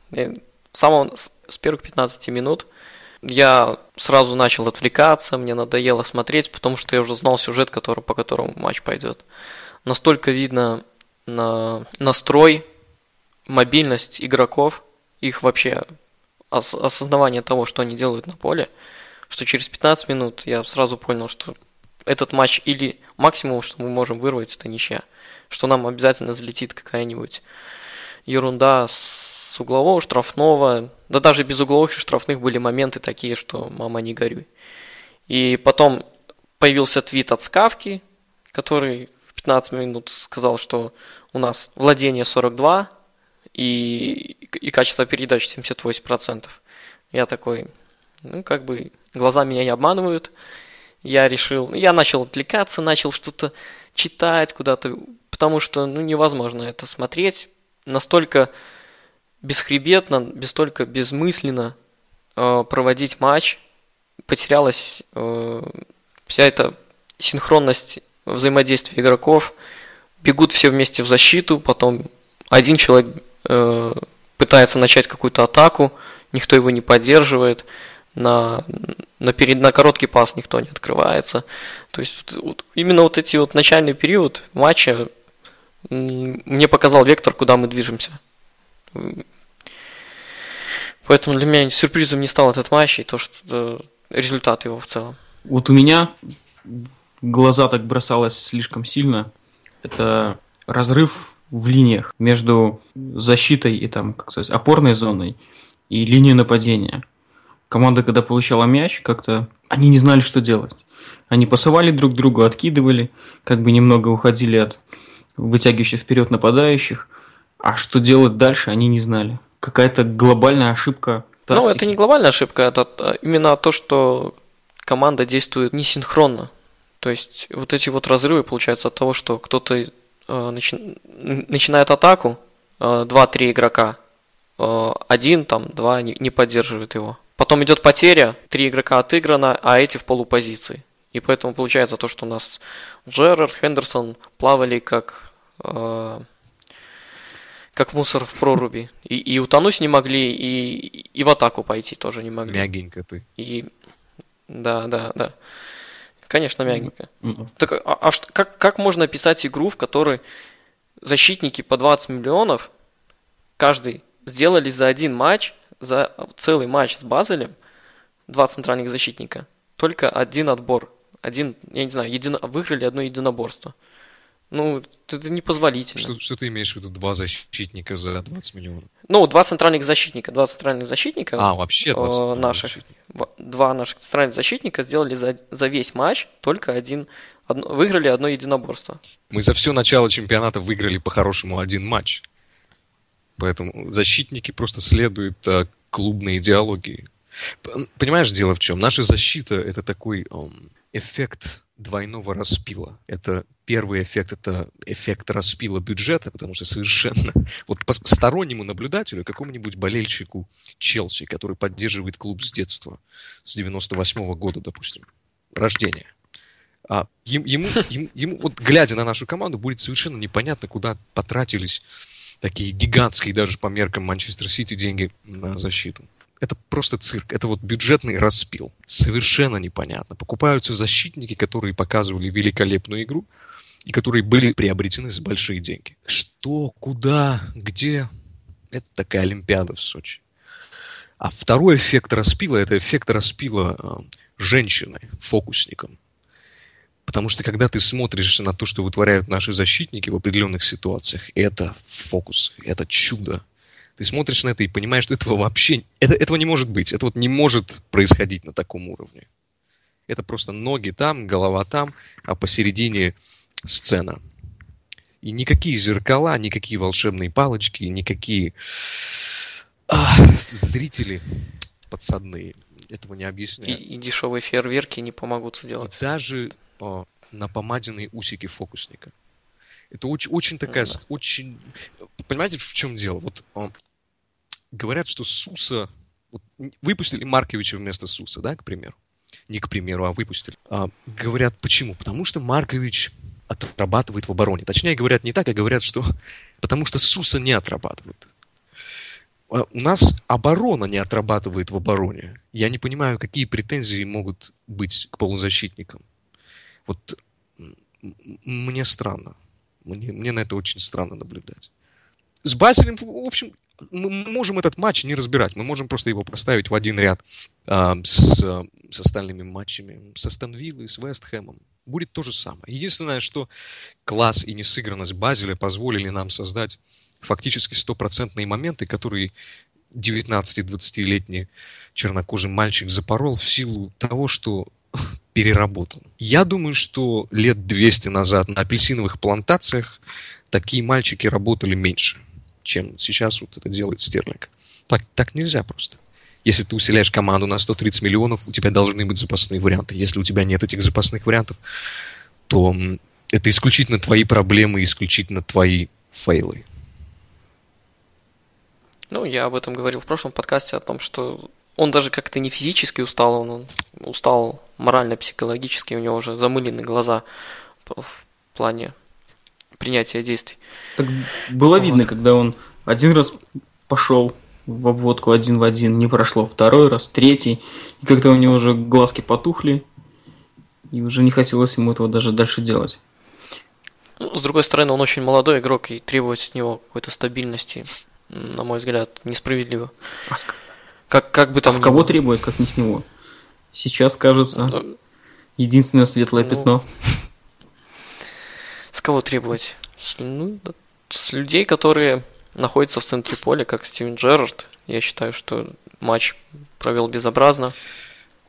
С первых 15 минут я сразу начал отвлекаться, мне надоело смотреть, потому что я уже знал сюжет, по которому матч пойдет. Настолько видно настрой, мобильность игроков, их вообще осознавание того, что они делают на поле, что через 15 минут я сразу понял, что этот матч или максимум, что мы можем вырвать, это ничья. Что нам обязательно залетит какая-нибудь ерунда с углового, штрафного. Да даже без угловых и штрафных были моменты такие, что мама не горюй. И потом появился твит от Скавки, который в 15 минут сказал, что у нас владение 42 и качество передач 78%. Я такой, глаза меня не обманывают. Я начал отвлекаться, начал что-то читать куда-то, потому что невозможно это смотреть. Настолько бесхребетно, настолько безмысленно проводить матч. Потерялась вся эта синхронность взаимодействия игроков. Бегут все вместе в защиту, потом один человек пытается начать какую-то атаку, никто его не поддерживает. На короткий пас никто не открывается. То есть именно эти начальный период матча мне показал вектор, куда мы движемся. Поэтому для меня сюрпризом не стал этот матч и то, что результат его в целом. У меня в глаза так бросалось слишком сильно. Это разрыв в линиях между защитой и опорной зоной и линией нападения. Команда, когда получала мяч, как-то они не знали, что делать. Они пасовали друг другу, откидывали, как бы немного уходили от вытягивающих вперед нападающих. А что делать дальше, они не знали. Какая-то глобальная ошибка тактики. Ну, это не глобальная ошибка, это именно то, что команда действует несинхронно. То есть вот эти вот разрывы получаются от того, что кто-то начинает атаку, 2-3 игрока, один, там, 2 не поддерживает его. Потом идет потеря, 3 игрока отыграно, а эти в полупозиции. И поэтому получается то, что у нас Джерард, Хендерсон плавали как мусор в проруби. И утонуть не могли, и в атаку пойти тоже не могли. Мягенько ты. Да. Конечно, мягенько. Так, как можно описать игру, в которой защитники по 20 миллионов каждый сделали за один матч, за целый матч с Базелем, 2 центральных защитника, только один отбор. Я не знаю, выиграли одно единоборство. Ну, это непозволительно. Что ты имеешь в виду, 2 защитника за 20 миллионов? Ну, 2 центральных защитника. Вообще 2 наших. 2 наших центральных защитника сделали за весь матч только выиграли одно единоборство. Мы за все начало чемпионата выиграли по-хорошему 1 матч. Поэтому защитники просто следуют клубной идеологии. Понимаешь, дело в чем? Наша защита — это такой эффект двойного распила. Это первый эффект — это эффект распила бюджета, потому что совершенно... Вот по стороннему наблюдателю, какому-нибудь болельщику Челси, который поддерживает клуб с детства, с 98-го года, допустим, рождения, ему, вот глядя на нашу команду, будет совершенно непонятно, куда потратились такие гигантские даже по меркам Манчестер Сити деньги на защиту. Это просто цирк. Это вот бюджетный распил. Совершенно непонятно. Покупаются защитники, которые показывали великолепную игру и которые были приобретены за большие деньги. Что, куда, где? Это такая Олимпиада в Сочи. А второй эффект распила — это эффект распила женщины, фокусником. Потому что когда ты смотришь на то, что вытворяют наши защитники в определенных ситуациях, это фокус, это чудо. Ты смотришь на это и понимаешь, что этого не может быть. Это вот не может происходить на таком уровне. Это просто ноги там, голова там, а посередине сцена. И никакие зеркала, никакие волшебные палочки, никакие зрители подсадные этого не объясняют. И дешевые фейерверки не помогут сделать. И даже напомаденные усики фокусника. Это очень такая... Да. Очень... Понимаете, в чем дело? Вот говорят, что Суса... Вот, выпустили Марковича вместо Суса, да, к примеру? Не к примеру, а выпустили. Говорят, почему? Потому что Маркович отрабатывает в обороне. Точнее, говорят не так, а говорят, что потому что Суса не отрабатывает. У нас оборона не отрабатывает в обороне. Я не понимаю, какие претензии могут быть к полузащитникам. Вот мне странно. Мне на это очень странно наблюдать. С Базелем, в общем, мы можем этот матч не разбирать. Мы можем просто его поставить в один ряд с остальными матчами. С Астон Виллой, с Вест Хэмом. Будет то же самое. Единственное, что класс и несыгранность Базеля позволили нам создать фактически 100% моменты, которые 19-20-летний чернокожий мальчик запорол в силу того, что переработан. Я думаю, что лет 200 назад на апельсиновых плантациях такие мальчики работали меньше, чем сейчас вот это делает Стерлинг. Так нельзя просто. Если ты усиляешь команду на 130 миллионов, у тебя должны быть запасные варианты. Если у тебя нет этих запасных вариантов, то это исключительно твои проблемы, исключительно твои фейлы. Ну, я об этом говорил в прошлом подкасте, о том, что он даже как-то не физически устал, он устал морально-психологически, у него уже замылены глаза в плане принятия действий. Так было видно, когда он один раз пошел в обводку 1 в 1, не прошло, второй раз, третий, и когда у него уже глазки потухли, и уже не хотелось ему этого даже дальше делать. Ну, с другой стороны, он очень молодой игрок, и требовать от него какой-то стабильности, на мой взгляд, несправедливо. Как бы там с кого требовать, как не с него? Сейчас, кажется, единственное светлое пятно. С кого требовать? С людей, которые находятся в центре поля, как Стивен Джерард. Я считаю, что матч провел безобразно.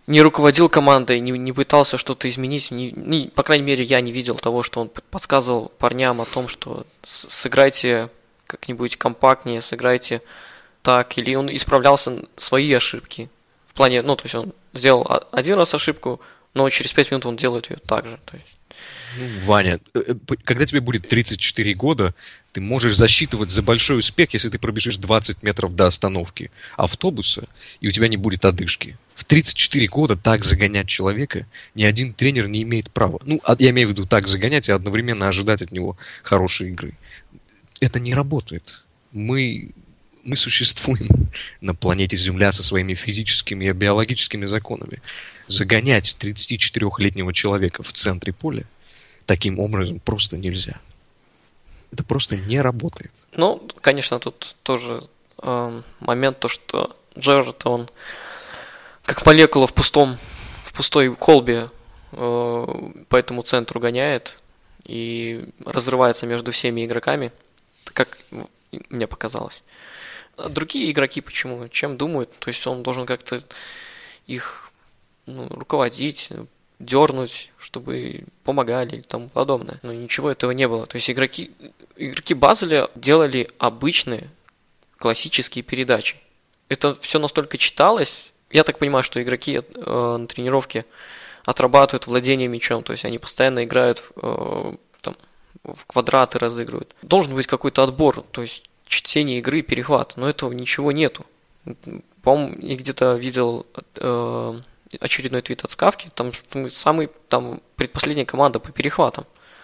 не руководил командой, не пытался что-то изменить. По крайней мере, я не видел того, что он подсказывал парням о том, что сыграйте как-нибудь компактнее, сыграйте так. Или он исправлялся свои ошибки. В плане, то есть он сделал один раз ошибку, но через 5 минут он делает ее так же. То есть... Ваня, когда тебе будет 34 года, ты можешь засчитывать за большой успех, если ты пробежишь 20 метров до остановки автобуса, и у тебя не будет одышки. В 34 года так загонять человека ни один тренер не имеет права. Я имею в виду так загонять и одновременно ожидать от него хорошей игры. Это не работает. Мы существуем на планете Земля со своими физическими и биологическими законами. Загонять 34-летнего человека в центре поля таким образом просто нельзя. Это просто не работает. Конечно, тут тоже момент, то, что Джерард, он как молекула в пустой колбе по этому центру гоняет и разрывается между всеми игроками, как мне показалось. А другие игроки почему? Чем думают? То есть он должен как-то их руководить, дернуть, чтобы помогали и тому подобное. Но ничего этого не было. То есть игроки Базеля делали обычные классические передачи. Это все настолько читалось. Я так понимаю, что игроки на тренировке отрабатывают владение мячом. То есть они постоянно играют в квадраты, разыгрывают. Должен быть какой-то отбор, то есть чтение игры, перехват. Но этого ничего нету. По-моему, я где-то видел очередной твит от Скавки, там самый предпоследняя команда по перехватам.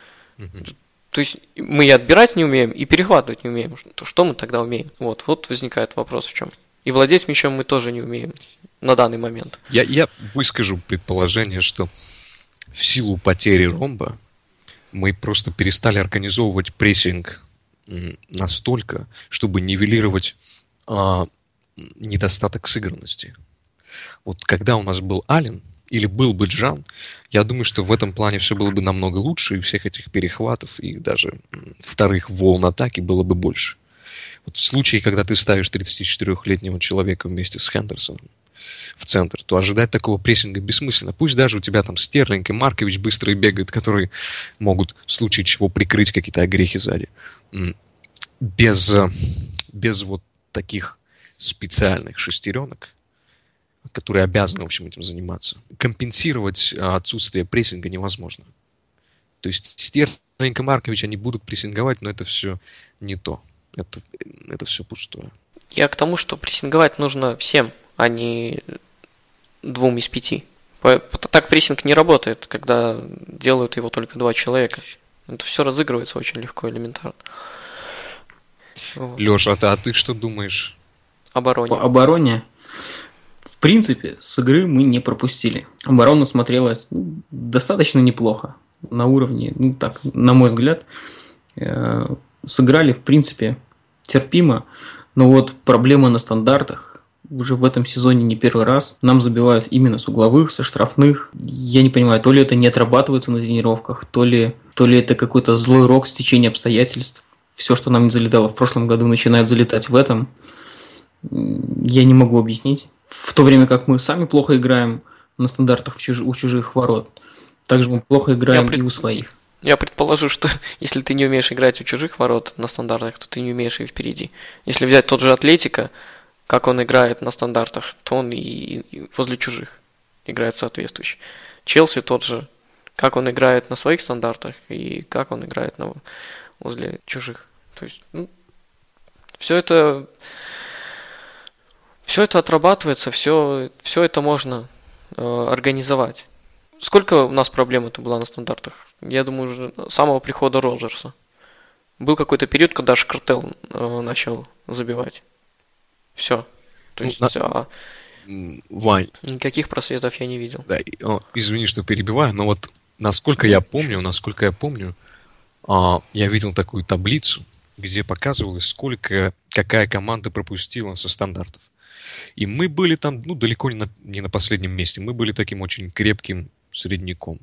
То есть мы и отбирать не умеем, и перехватывать не умеем. Что мы тогда умеем? Вот возникает вопрос в чем. И владеть мячом мы тоже не умеем на данный момент. Я выскажу предположение, что в силу потери ромба мы просто перестали организовывать прессинг настолько, чтобы нивелировать недостаток сыгранности. Вот когда у нас был Аллен, или был бы Джан, я думаю, что в этом плане все было бы намного лучше, и всех этих перехватов, и даже вторых волн атаки было бы больше. Вот в случае, когда ты ставишь 34-летнего человека вместе с Хендерсоном в центр, то ожидать такого прессинга бессмысленно. Пусть даже у тебя там Стерлинг и Маркович быстрые бегают, которые могут в случае чего прикрыть какие-то огрехи сзади. Без вот таких специальных шестеренок, которые обязаны, в общем, этим заниматься, компенсировать отсутствие прессинга невозможно. То есть Стерлинг и Маркович, они будут прессинговать, но это все не то. Это все пустое. Я к тому, что прессинговать нужно всем, а не 2 из 5. Так прессинг не работает, когда делают его только 2 человека. Это все разыгрывается очень легко, элементарно. Вот. Леша, а ты что думаешь? Обороне. По обороне, в принципе, с игры мы не пропустили. Оборона смотрелась достаточно неплохо. На уровне, на мой взгляд, сыграли, в принципе, терпимо. Но вот проблема на стандартах уже в этом сезоне не первый раз. Нам забивают именно с угловых, со штрафных. Я не понимаю, то ли это не отрабатывается на тренировках, то ли это какой-то злой рок, стечение обстоятельств. Все, что нам не залетало в прошлом году, начинает залетать в этом. Я не могу объяснить. В то время как мы сами плохо играем на стандартах у чужих ворот, также мы плохо играем и у своих. Я предположу, что если ты не умеешь играть у чужих ворот на стандартах, то ты не умеешь и впереди. Если взять тот же Атлетико, как он играет на стандартах, то он и возле чужих играет соответствующе. Челси тот же, как он играет на своих стандартах и как он играет возле чужих. То есть, все это отрабатывается, все это можно организовать. Сколько у нас проблем это было на стандартах? Я думаю, уже с самого прихода Роджерса. Был какой-то период, когда Шкартел начал забивать. Все. То есть, Вань. Никаких просветов я не видел. Да, извини, что перебиваю, но вот насколько я помню, я видел такую таблицу, где показывалось, какая команда пропустила со стандартов. И мы были там, далеко не на последнем месте. Мы были таким очень крепким средняком.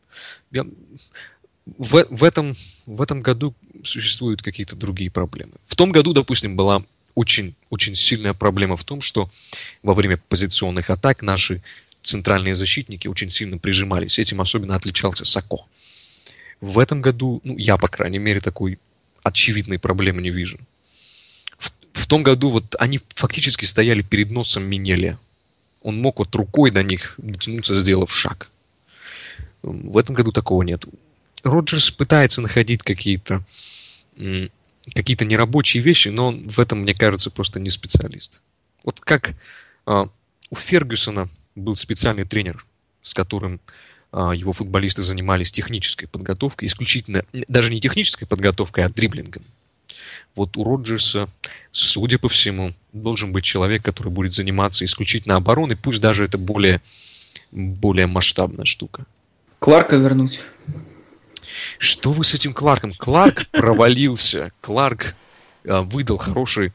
В этом году существуют какие-то другие проблемы. В том году, допустим, была очень, очень сильная проблема в том, что во время позиционных атак наши центральные защитники очень сильно прижимались. Этим особенно отличался Сако. В этом году, я, по крайней мере, такой очевидной проблемы не вижу. В том году вот они фактически стояли перед носом Минелли. Он мог вот рукой до них дотянуться, сделав шаг. В этом году такого нет. Роджерс пытается находить какие-то нерабочие вещи, но он в этом, мне кажется, просто не специалист. Вот как у Фергюсона был специальный тренер, с которым его футболисты занимались технической подготовкой, исключительно, даже не технической подготовкой, а дриблингом. Вот у Роджерса, судя по всему, должен быть человек, который будет заниматься исключительно обороной, пусть даже это более масштабная штука. Кларка вернуть. Что вы с этим Кларком? Кларк провалился. Кларк выдал хороший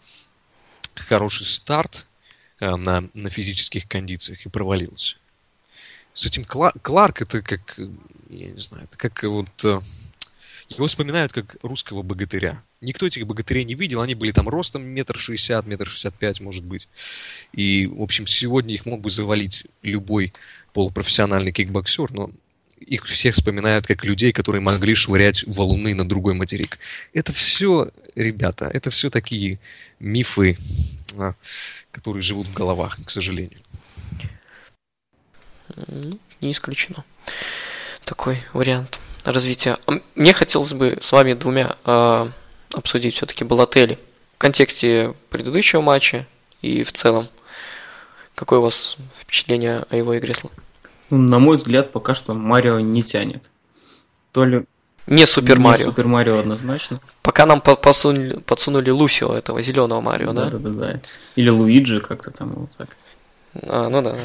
старт на физических кондициях и провалился. С этим Кларк это как, я не знаю, это как вот... Его вспоминают как русского богатыря. Никто этих богатырей не видел, они были там ростом 1,60 м, 1,65 м, может быть. И, в общем, сегодня их мог бы завалить любой полупрофессиональный кикбоксер, но их всех вспоминают как людей, которые могли швырять валуны на другой материк. Это все, ребята, это все такие мифы, которые живут в головах, к сожалению. Не исключено. Такой вариант развития. Мне хотелось бы с вами двумя обсудить все-таки Балотелли в контексте предыдущего матча и в целом. Какое у вас впечатление о его игре? На мой взгляд, пока что Марио не тянет. То ли... Не Супер Марио. Не Супер Марио однозначно. Пока нам подсунули Лусио, этого зеленого Марио, да? Да. Или Луиджи, как-то там вот так. Ну да.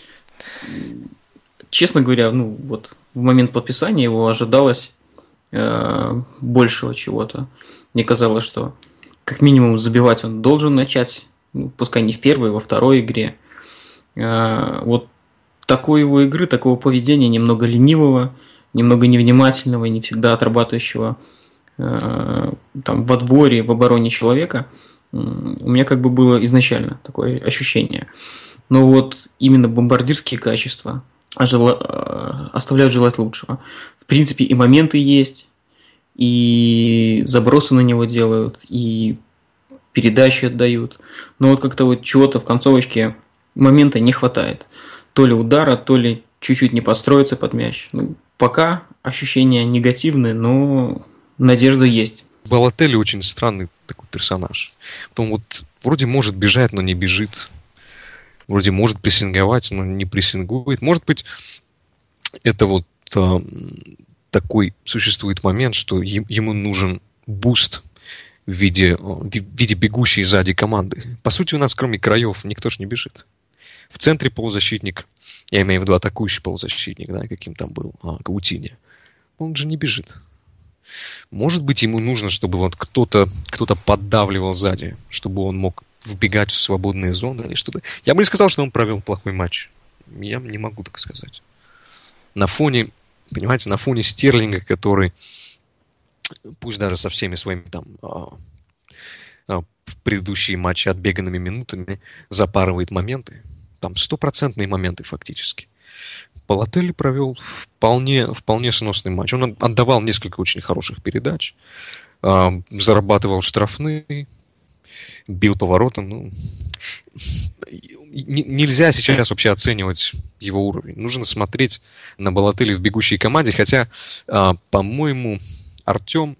Честно говоря, вот в момент подписания его ожидалось большего чего-то. Мне казалось, что как минимум забивать он должен начать, пускай не в первой, во второй игре. Вот такой его игры, такого поведения, немного ленивого, немного невнимательного и не всегда отрабатывающего там, в отборе, в обороне человека, у меня как бы было изначально такое ощущение. Но вот именно бомбардирские качества оставляют желать лучшего. В принципе, и моменты есть, и забросы на него делают, и передачи отдают. Но вот как-то вот чего-то в концовочке момента не хватает. То ли удара, то ли чуть-чуть не подстроиться под мяч. Пока ощущения негативные, но надежда есть. Балотелли очень странный такой персонаж. Он вот вроде может бежать, но не бежит. Вроде может прессинговать, но не прессингует. Может быть, это вот такой существует момент, что ему нужен буст в виде бегущей сзади команды. По сути, у нас кроме краев никто ж не бежит. В центре полузащитник, я имею в виду атакующий полузащитник, да, каким там был, Каутини. Он же не бежит. Может быть, ему нужно, чтобы вот кто-то поддавливал сзади, чтобы он мог вбегать в свободные зоны или что-то. Я бы не сказал, что он провел плохой матч. Я не могу так сказать. На фоне Стерлинга, который, пусть даже со всеми своими там в предыдущие матчи отбеганными минутами, запарывает моменты. Там 100% моменты фактически. Балотелли провел вполне сносный матч. Он отдавал несколько очень хороших передач, зарабатывал штрафные, бил поворотом. Нельзя сейчас вообще оценивать его уровень. Нужно смотреть на Балотелли в бегущей команде, хотя, по-моему, Артем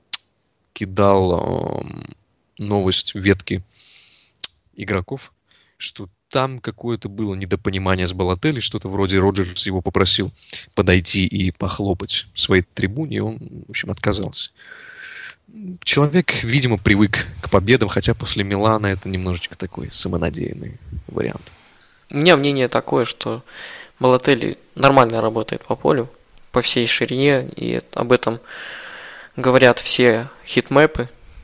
кидал новость в ветке игроков, что там какое-то было недопонимание с Балотелли, что-то вроде Роджерс его попросил подойти и похлопать в своей трибуне, и он, в общем, отказался. Человек, видимо, привык к победам, хотя после Милана это немножечко такой самонадеянный вариант. У меня мнение такое, что Балотелли нормально работает по полю, по всей ширине, и об этом говорят все хитмэпы.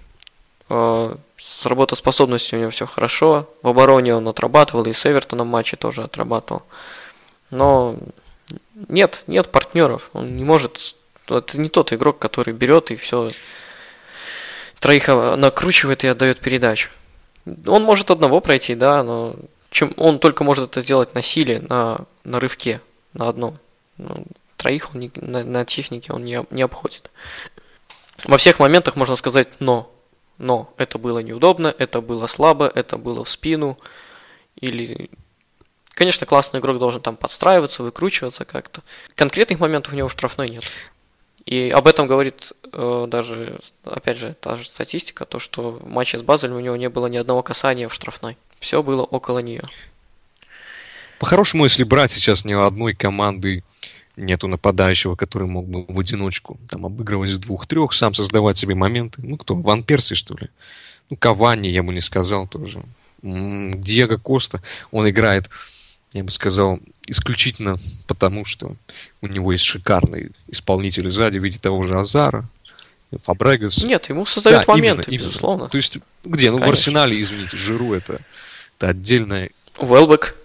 С работоспособностью у него все хорошо. В обороне он отрабатывал, и с Эвертоном в матче тоже отрабатывал. Но нет партнеров. Он не может... Это не тот игрок, который берет и все троих накручивает и отдает передачу. Он может одного пройти, да, но чем он только может это сделать на силе, на рывке, на одном. Троих он на технике он не обходит. Во всех моментах можно сказать «но». Но это было неудобно, это было слабо, это было в спину. Или... Конечно, классный игрок должен там подстраиваться, выкручиваться как-то. Конкретных моментов у него в штрафной нет. И об этом говорит даже, опять же, та же статистика, то, что в матче с Базелем у него не было ни одного касания в штрафной. Все было около нее. По-хорошему, если брать сейчас ни одной команды нету нападающего, который мог бы в одиночку там обыгрывать с 2-3, сам создавать себе моменты. Ну, кто? Ван Перси, что ли? Ну, Кавани, я бы не сказал тоже. Диего Коста, он играет, я бы сказал, исключительно потому, что у него есть шикарный исполнитель сзади в виде того же Азара, Фабрегас. Нет, ему создают моменты, именно. безусловно. То есть, где? Ну, конечно. В Арсенале, извините, Жиру это отдельная... Велбек.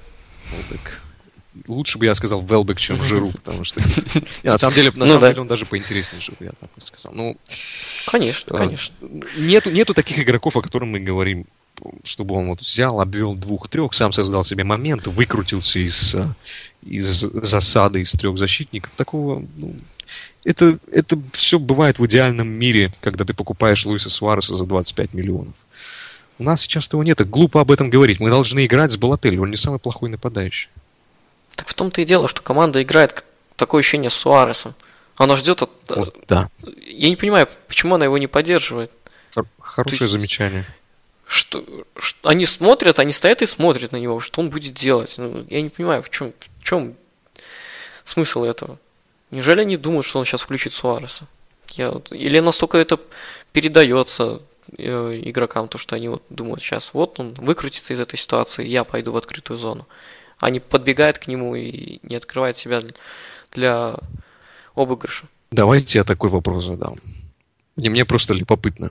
Лучше бы я сказал Велбек, чем Жиру, потому что... На самом деле, он даже поинтереснее Жиру, я так бы сказал. Ну, конечно. Нету таких игроков, о которых мы говорим, чтобы он вот взял, обвел 2-3, сам создал себе момент, выкрутился из засады из 3 защитников. Такого, это все бывает в идеальном мире, когда ты покупаешь Луиса Суареса за 25 миллионов. У нас сейчас этого нет, и глупо об этом говорить. Мы должны играть с Балотелли, он не самый плохой нападающий. Так в том-то и дело, что команда играет такое ощущение с Суаресом. Она ждет от... Вот, да. Я не понимаю, почему она его не поддерживает. Хорошее замечание. Что они смотрят, они стоят и смотрят на него, что он будет делать. Я не понимаю, в чем смысл этого. Неужели они думают, что он сейчас включит Суареса? Или настолько это передается игрокам, то, что они вот думают, сейчас вот он выкрутится из этой ситуации, я пойду в открытую зону. Они подбегают к нему и не открывают себя для обыгрыша. Давайте я такой вопрос задам. И мне просто любопытно.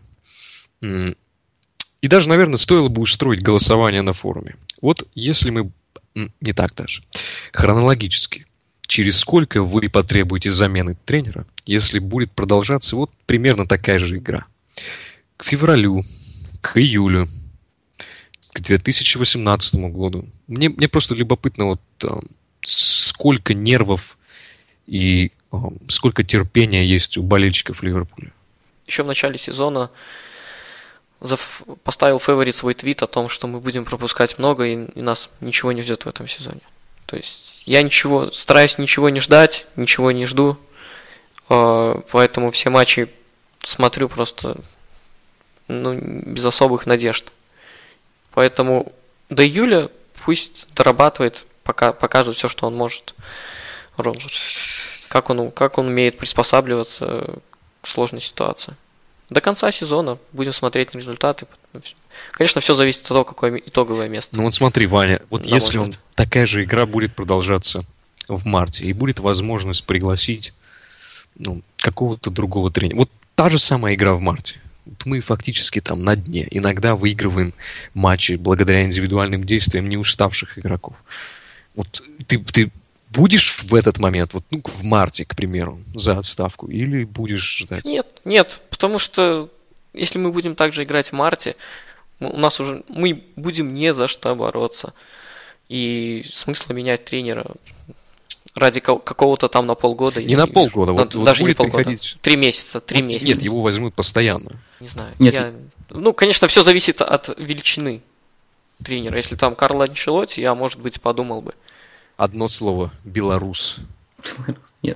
И даже, наверное, стоило бы устроить голосование на форуме. Вот если мы... Не так даже. Хронологически. Через сколько вы потребуете замены тренера, если будет продолжаться вот примерно такая же игра? К февралю, к июлю, к 2018 году. Мне просто любопытно, вот сколько нервов и сколько терпения есть у болельщиков Ливерпуля. Еще в начале сезона поставил фаворит свой твит о том, что мы будем пропускать много и нас ничего не ждет в этом сезоне. То есть я стараюсь ничего не ждать, ничего не жду, поэтому все матчи смотрю просто без особых надежд. Поэтому до июля пусть дорабатывает, покажет все, что он может, Роджерс. Как он умеет приспосабливаться к сложной ситуации. До конца сезона будем смотреть на результаты. Конечно, все зависит от того, какое итоговое место. Ну вот смотри, Ваня, вот если такая же игра будет продолжаться в марте, и будет возможность пригласить какого-то другого тренера. Вот та же самая игра в марте. Вот мы фактически там на дне. Иногда выигрываем матчи благодаря индивидуальным действиям неуставших игроков. Вот ты будешь в этот момент, в марте, к примеру, за отставку, или будешь ждать? Нет, потому что если мы будем так же играть в марте, мы будем не за что бороться. И смысла менять тренера ради какого-то там на полгода. Не на полгода, даже будет не полгода. Приходить... 3 месяца. Нет, его возьмут постоянно. Не знаю. Нет. Конечно, все зависит от величины тренера. Если там Карло Анчелотти, я, может быть, подумал бы. Одно слово. Белорус. Нет.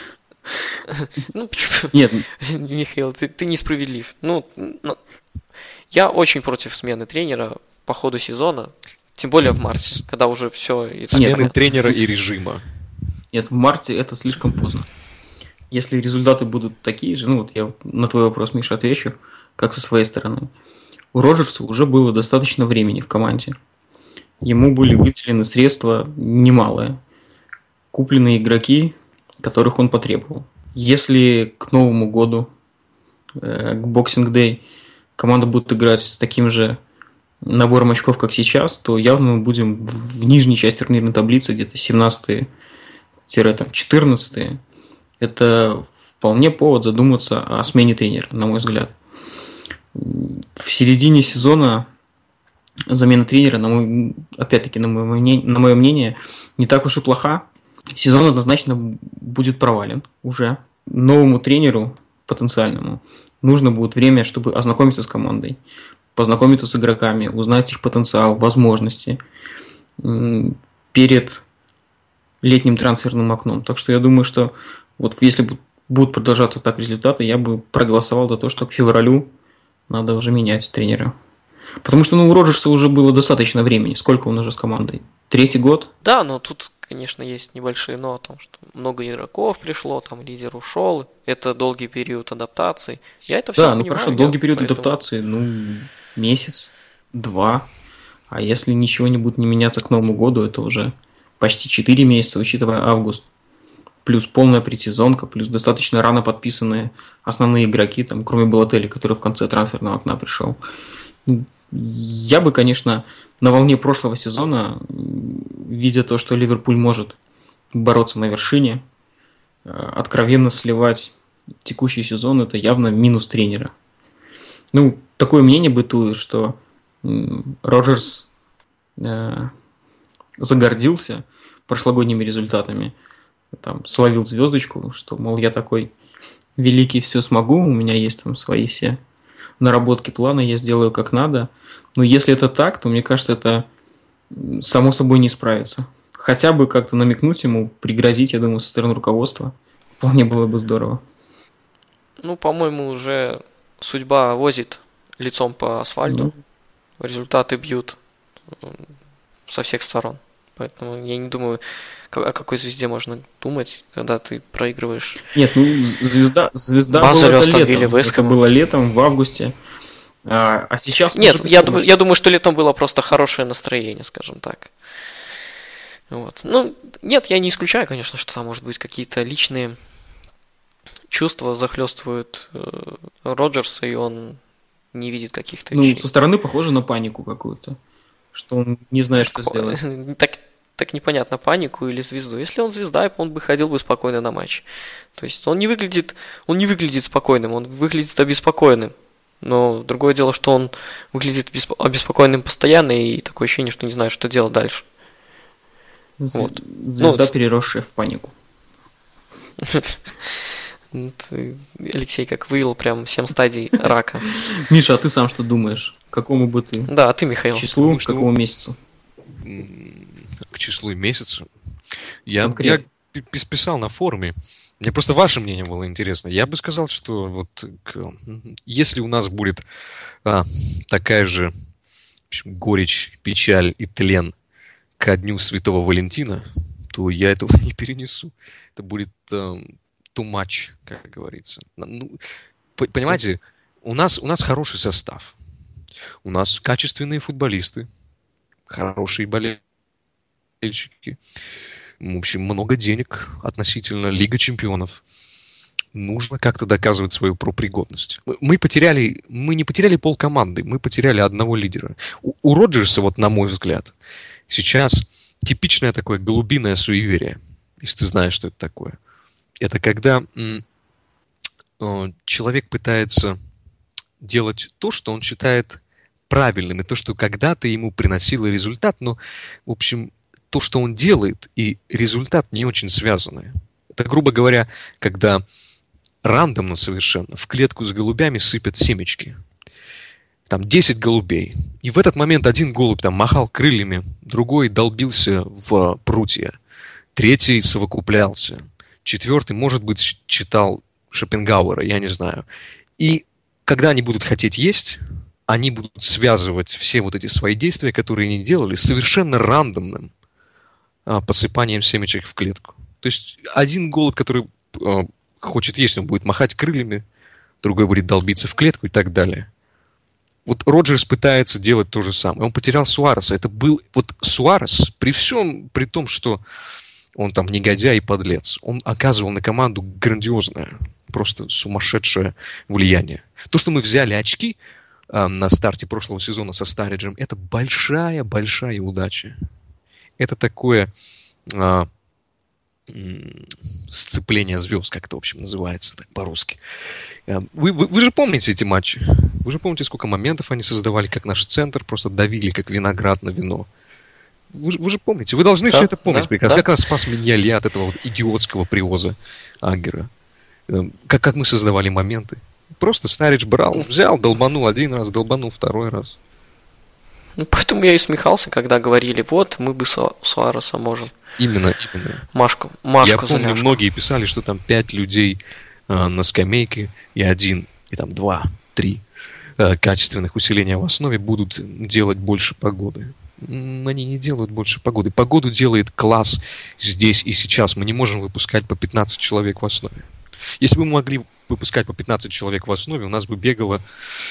Почему? Нет. Михаил, ты несправедлив. Я очень против смены тренера по ходу сезона, тем более в марте, когда уже все... Смены тренера и режима. Нет, в марте это слишком поздно. Если результаты будут такие же, я на твой вопрос, Миша, отвечу, как со своей стороны. У Роджерса уже было достаточно времени в команде. Ему были выделены средства немалые. Куплены игроки, которых он потребовал. Если к Новому году, к Boxing Day, команда будет играть с таким же набором очков, как сейчас, то явно мы будем в нижней части турнирной таблицы, где-то 17-14. Это вполне повод задуматься о смене тренера, на мой взгляд. В середине сезона замена тренера, опять-таки, на мое мнение, не так уж и плоха. Сезон однозначно будет провален уже. Новому тренеру, потенциальному, нужно будет время, чтобы ознакомиться с командой, познакомиться с игроками, узнать их потенциал, возможности перед летним трансферным окном. Так что я думаю, что вот если будут продолжаться так результаты, я бы проголосовал за то, что к февралю надо уже менять тренера. Потому что у Роджерса уже было достаточно времени. Сколько он уже с командой? 3-й год? Да, но тут, конечно, есть небольшие но о том, что много игроков пришло, там лидер ушел, это долгий период адаптации. Я это все понимаю. Да, хорошо, долгий период адаптации, месяц, 2. А если ничего не будет не меняться к Новому году, это уже почти 4 месяца, учитывая август. Плюс полная предсезонка, плюс достаточно рано подписанные основные игроки, там, кроме Балотелли, который в конце трансферного окна пришел. Я бы, конечно, на волне прошлого сезона, видя то, что Ливерпуль может бороться на вершине, откровенно сливать текущий сезон, это явно минус тренера. Такое мнение бытует, что Роджерс загордился прошлогодними результатами, там, словил звездочку, что, мол, я такой великий, все смогу, у меня есть там свои все наработки плана, я сделаю как надо. Но если это так, то, мне кажется, это само собой не справится. Хотя бы как-то намекнуть ему, пригрозить, я думаю, со стороны руководства. Вполне было бы здорово. По-моему, уже судьба возит лицом по асфальту. Результаты бьют со всех сторон. Поэтому я не думаю, о какой звезде можно думать, когда ты проигрываешь. Нет, звезда была летом. Это было летом, в августе. А сейчас... Нет, я думаю, что летом было просто хорошее настроение, скажем так. Вот. Нет, я не исключаю, конечно, что там, может быть, какие-то личные чувства захлестывают Роджерса, и он не видит каких-то вещей. Со стороны похоже на панику какую-то, что он не знает, что сделать. Так непонятно, панику или звезду. Если он звезда, он бы ходил бы спокойно на матч. То есть он не выглядит спокойным, он выглядит обеспокоенным. Но другое дело, что он выглядит обеспокоенным постоянно, и такое ощущение, что не знает, что делать дальше. Звезда, переросшая в панику. Алексей как вывел прям 7 стадий рака. Миша, а ты сам что думаешь? К какому бы ты? Да, а ты, Михаил. Числу, к какому месяцу? К числу и месяцу? Я писал на форуме. Мне просто ваше мнение было интересно. Я бы сказал, что если у нас будет такая же горечь, печаль и тлен ко дню Святого Валентина, то я этого не перенесу. Это будет too much, как говорится. Понимаете, у нас хороший состав. У нас качественные футболисты, хорошие болельщики. В общем, много денег относительно Лига Чемпионов. Нужно как-то доказывать свою пропригодность. Мы не потеряли полкоманды, мы потеряли одного лидера. У Роджерса, на мой взгляд, сейчас типичное такое голубиное суеверие, если ты знаешь, что это такое. Это когда человек пытается делать то, что он считает правильным, и то, что когда-то ему приносило результат, но, в общем, то, что он делает, и результат не очень связаны. Это, грубо говоря, когда рандомно совершенно в клетку с голубями сыпят семечки. Там 10 голубей. И в этот момент один голубь там махал крыльями, другой долбился в прутья, третий совокуплялся, четвертый, может быть, читал Шопенгауэра, я не знаю. И когда они будут хотеть есть, они будут связывать все эти свои действия, которые они делали, совершенно рандомным посыпанием семечек в клетку. То есть один голубь, который хочет есть, он будет махать крыльями, другой будет долбиться в клетку и так далее. Роджерс пытается делать то же самое. Он потерял Суареса. Это был Суарес, при том, что он там негодяй и подлец, он оказывал на команду грандиозное, просто сумасшедшее влияние. То, что мы взяли очки на старте прошлого сезона со Старриджем, это большая-большая удача. Это такое сцепление звезд, как это, в общем, называется так по-русски. Вы же помните эти матчи? Вы же помните, сколько моментов они создавали, как наш центр просто давили, как виноград на вино? Вы же помните, вы должны все это помнить прекрасно. Как нас спас Миньяли от этого вот идиотского привоза Аггера. Как мы создавали моменты. Просто Снаридж брал, взял, долбанул один раз, долбанул второй раз. Ну, поэтому я и усмехался, когда говорили, вот, мы бы Суареса можем. Именно. Машку Я помню, заляжку. многие писали, что там 5 людей на скамейке, и 1, и там 2, 3 качественных усиления в основе будут делать больше погоды. Они не делают больше погоды. Погоду делает класс здесь и сейчас. Мы не можем выпускать по 15 человек в основе. Если бы мы могли выпускать по 15 человек в основе, у нас бы бегало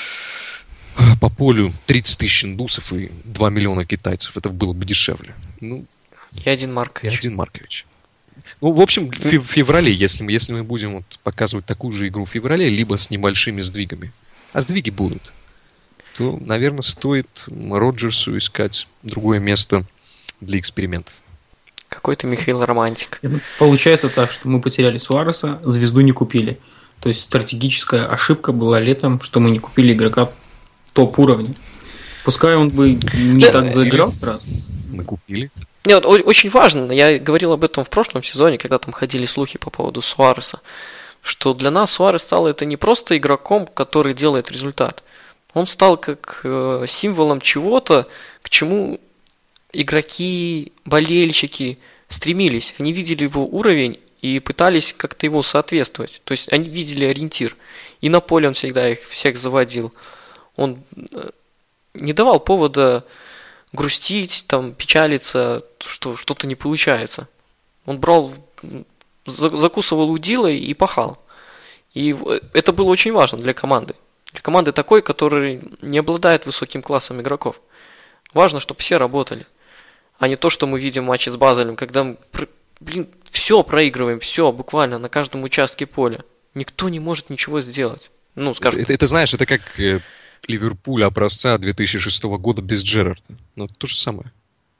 по полю 30 тысяч индусов и 2 миллиона китайцев. Это было бы дешевле. Ну, И один Маркович. Ну, в общем, в феврале, если мы будем вот показывать такую же игру в феврале, либо с небольшими сдвигами, а сдвиги будут, то, наверное, стоит Роджерсу искать другое место для экспериментов. Какой-то Михаил романтик. Получается так, что мы потеряли Суареса, звезду не купили. То есть стратегическая ошибка была летом, что мы не купили игрока топ-уровня. Пускай он бы не так заиграл сразу. Мы купили. Нет, очень важно, я говорил об этом в прошлом сезоне, когда там ходили слухи по поводу Суареса, что для нас Суарес стал это не просто игроком, который делает результат. Он стал как символом чего-то, к чему игроки, болельщики стремились. Они видели его уровень и пытались как-то ему соответствовать. То есть они видели ориентир. И на поле он всегда их всех заводил. Он не давал повода грустить, там, печалиться, что что-то не получается. Он брал, закусывал удилой и пахал. И это было очень важно для команды. Для команды такой, который не обладает высоким классом игроков. Важно, чтобы все работали. А не то, что мы видим в матче с Базелем, когда мы, все проигрываем, все, буквально, на каждом участке поля. Никто не может ничего сделать. Ну, скажем... Это знаешь, это как Ливерпуль образца 2006 года без Джерарда. Ну, это то же самое.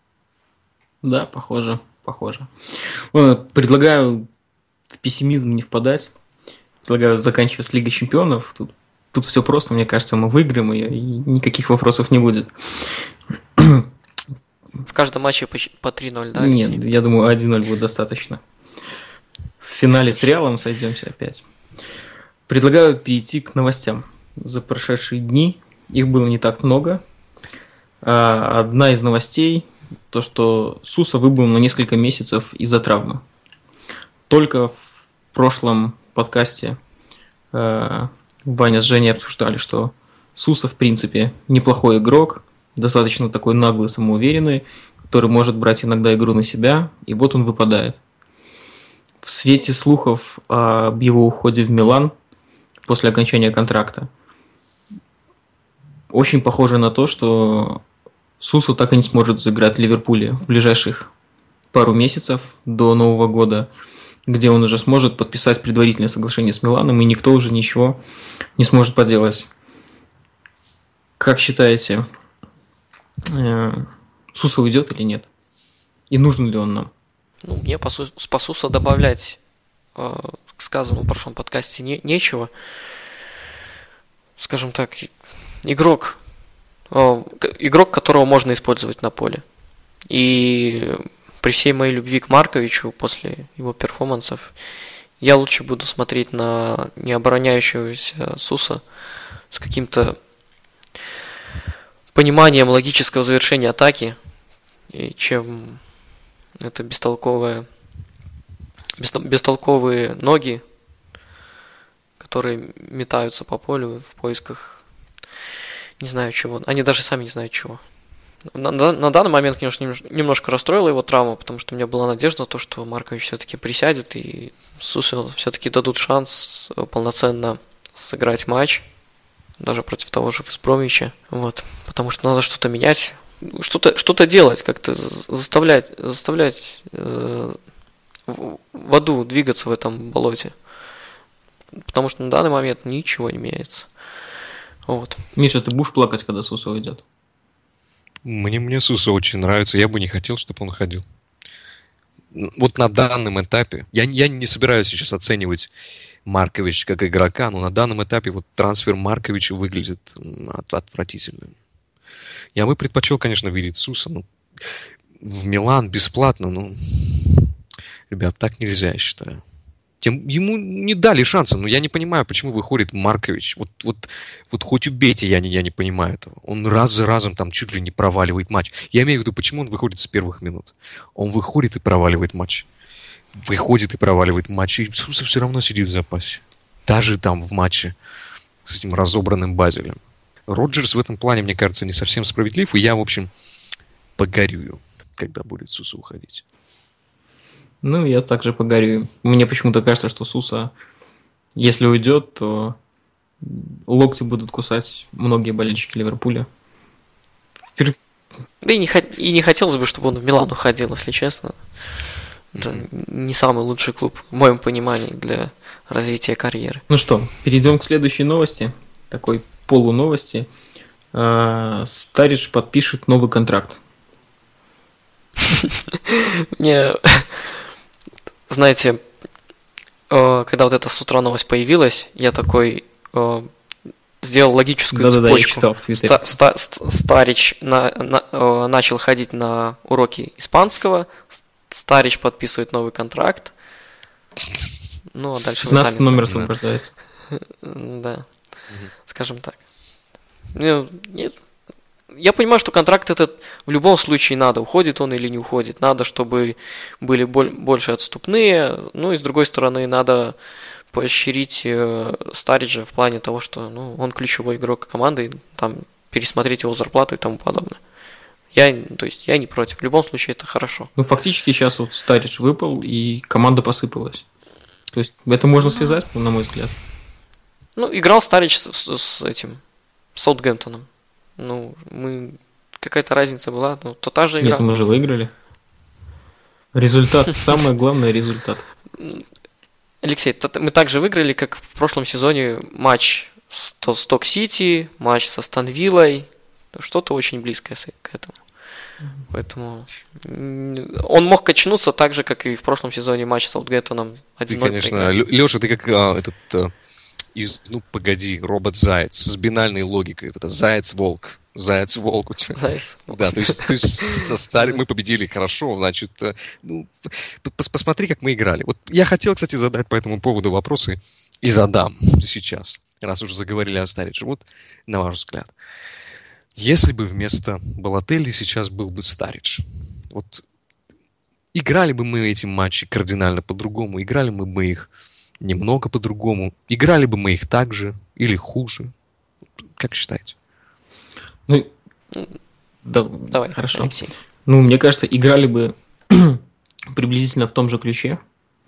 Да, похоже. Предлагаю в пессимизм не впадать. Предлагаю заканчивать с Лигой Чемпионов. Тут все просто, мне кажется, мы выиграем ее, и никаких вопросов не будет. В каждом матче по 3-0, да? Нет, Алексей? Я думаю, 1-0 будет достаточно. В финале с Реалом сойдемся опять. Предлагаю перейти к новостям. За прошедшие дни их было не так много. Одна из новостей – то, что Суса выбыл на несколько месяцев из-за травмы. Только в прошлом подкасте Ваня с Женей обсуждали, что Суса, в принципе, неплохой игрок, достаточно такой наглый, самоуверенный, который может брать иногда игру на себя, и вот он выпадает. В свете слухов об его уходе в Милан после окончания контракта очень похоже на то, что Суса так и не сможет заиграть в Ливерпуле в ближайших пару месяцев до Нового года, где он уже сможет подписать предварительное соглашение с Миланом, и никто уже ничего не сможет поделать. Как считаете, Суса уйдет или нет? И нужен ли он нам? Ну, мне по Суса добавлять к сказанному в прошлом подкасте нечего. Скажем так, игрок, которого можно использовать на поле. И при всей моей любви к Марковичу после его перформансов, я лучше буду смотреть на необороняющегося Суса с каким-то пониманием логического завершения атаки, чем это бестолковые ноги, которые метаются по полю в поисках не знаю чего. Они даже сами не знают чего. На данный момент, конечно, немножко расстроила его травма, потому что у меня была надежда на то, что Маркович все-таки присядет и Сусе все-таки дадут шанс полноценно сыграть матч, даже против того же Вестбромвича. Вот. Потому что надо что-то менять, что-то делать, как-то заставлять воду двигаться в этом болоте. Потому что на данный момент ничего не меняется. Вот. Миша, ты будешь плакать, когда Суса уйдет? Мне Суса очень нравится. Я бы не хотел, чтобы он ходил. вот на данном этапе, я не собираюсь сейчас оценивать Маркович как игрока, но на данном этапе вот трансфер Марковича выглядит отвратительным. Я бы предпочел, конечно, видеть Суса, но в Милан бесплатно, ну, ребят, так нельзя, я считаю. Ему не дали шанса, но я не понимаю, почему выходит Маркович. Вот хоть убейте, я не понимаю этого. Он раз за разом там чуть ли не проваливает матч. Я имею в виду, почему он выходит с первых минут. Он выходит и проваливает матч. Выходит и проваливает матч. И Суса все равно сидит в запасе. Даже там в матче с этим разобранным Базелем. Роджерс в этом плане, мне кажется, не совсем справедлив. И я, в общем, погорюю, когда будет Суса уходить. Ну, я также погорю. Мне почему-то кажется, что Суса, если уйдет, то локти будут кусать многие болельщики Ливерпуля. Да и не хотелось бы, чтобы он в Милан уходил, если честно. Это не самый лучший клуб, в моем понимании, для развития карьеры. Ну что, перейдем к следующей новости. Такой полуновости. Старидж подпишет новый контракт. Мне... Знаете, когда вот эта с утра новость появилась, я такой сделал логическую цепочку. Я читал в Твиттере. Старидж начал ходить на уроки испанского, Старидж подписывает новый контракт. Ну, а дальше 15 номер освобождается. Да, скажем так. Нет. Я понимаю, что контракт этот в любом случае надо, уходит он или не уходит. Надо, чтобы были больше отступные. Ну и с другой стороны, надо поощрить Стариджа в плане того, что он ключевой игрок команды, там пересмотреть его зарплату и тому подобное. Я не против. В любом случае это хорошо. Ну, фактически сейчас вот Старидж выпал, и команда посыпалась. То есть это можно связать, на мой взгляд. Ну, играл Старидж с Саутгемптоном. Ну, какая-то разница была, но то та же игра. Нет, мы же выиграли. Результат, самое главное результат. Алексей, мы также выиграли, как в прошлом сезоне матч с Сток-Сити, матч со Астон Виллой. Что-то очень близкое к этому. Поэтому он мог качнуться так же, как и в прошлом сезоне матч с Саутгемптоном 1-0. Ты, конечно, Леша, ты как робот Заяц с бинальной логикой. Это Заяц-волк. Заяц-волк у тебя. Заяц. Да, то есть мы победили хорошо, значит, посмотри, как мы играли. Вот я хотел, кстати, задать по этому поводу вопросы и задам сейчас, раз уже заговорили о Старидже. Вот, на ваш взгляд, если бы вместо Балотелли сейчас был бы Старидж, вот играли бы мы эти матчи кардинально по-другому, играли бы мы их немного по-другому, играли бы мы их так же или хуже? Как считаете? Ну, давай, хорошо. Алексей. Ну, мне кажется, играли бы приблизительно в том же ключе,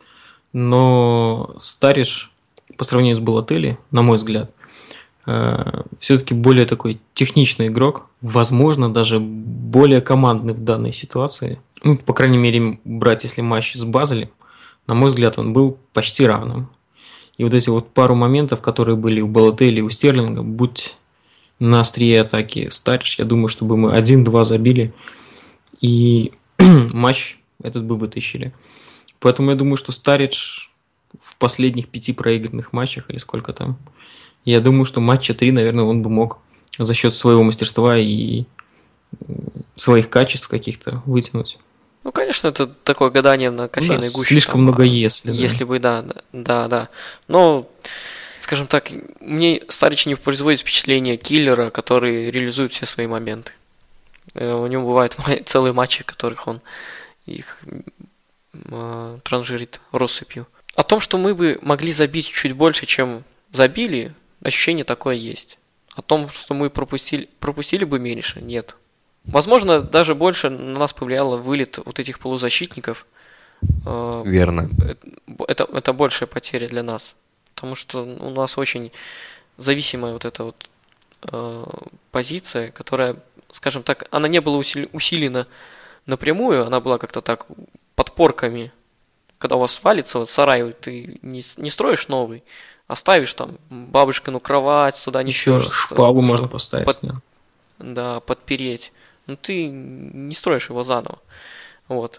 но Старидж по сравнению с Балотелли, на мой взгляд, все-таки более такой техничный игрок, возможно, даже более командный в данной ситуации. Ну, по крайней мере, брать, если матч с Базелем, на мой взгляд, он был почти равным. И вот эти вот пару моментов, которые были у Балотелли и у Стерлинга, будь на острие атаки Старидж, я думаю, чтобы мы 1-2 забили, и матч этот бы вытащили. Поэтому я думаю, что Старидж в последних 5 проигранных матчах, или сколько там, я думаю, что матча 3, наверное, он бы мог за счет своего мастерства и своих качеств каких-то вытянуть. Ну, конечно, это такое гадание на кофейной гуще. Слишком там, много если. Если бы, да. Но, скажем так, мне Старидж не производит впечатление киллера, который реализует все свои моменты. У него бывают целые матчи, в которых он их транжирит россыпью. О том, что мы бы могли забить чуть больше, чем забили, ощущение такое есть. О том, что мы пропустили бы меньше, нет. Возможно, даже больше на нас повлияло вылет вот этих полузащитников. Верно. Это большая потеря для нас. Потому что у нас очень зависимая вот эта вот позиция, которая, скажем так, она не была усилена напрямую, она была как-то так подпорками. Когда у вас свалится вот сарай, ты не строишь новый, а ставишь там бабушкину кровать, туда еще шпагу можно поставить. Да, подпереть. Но ты не строишь его заново. Вот.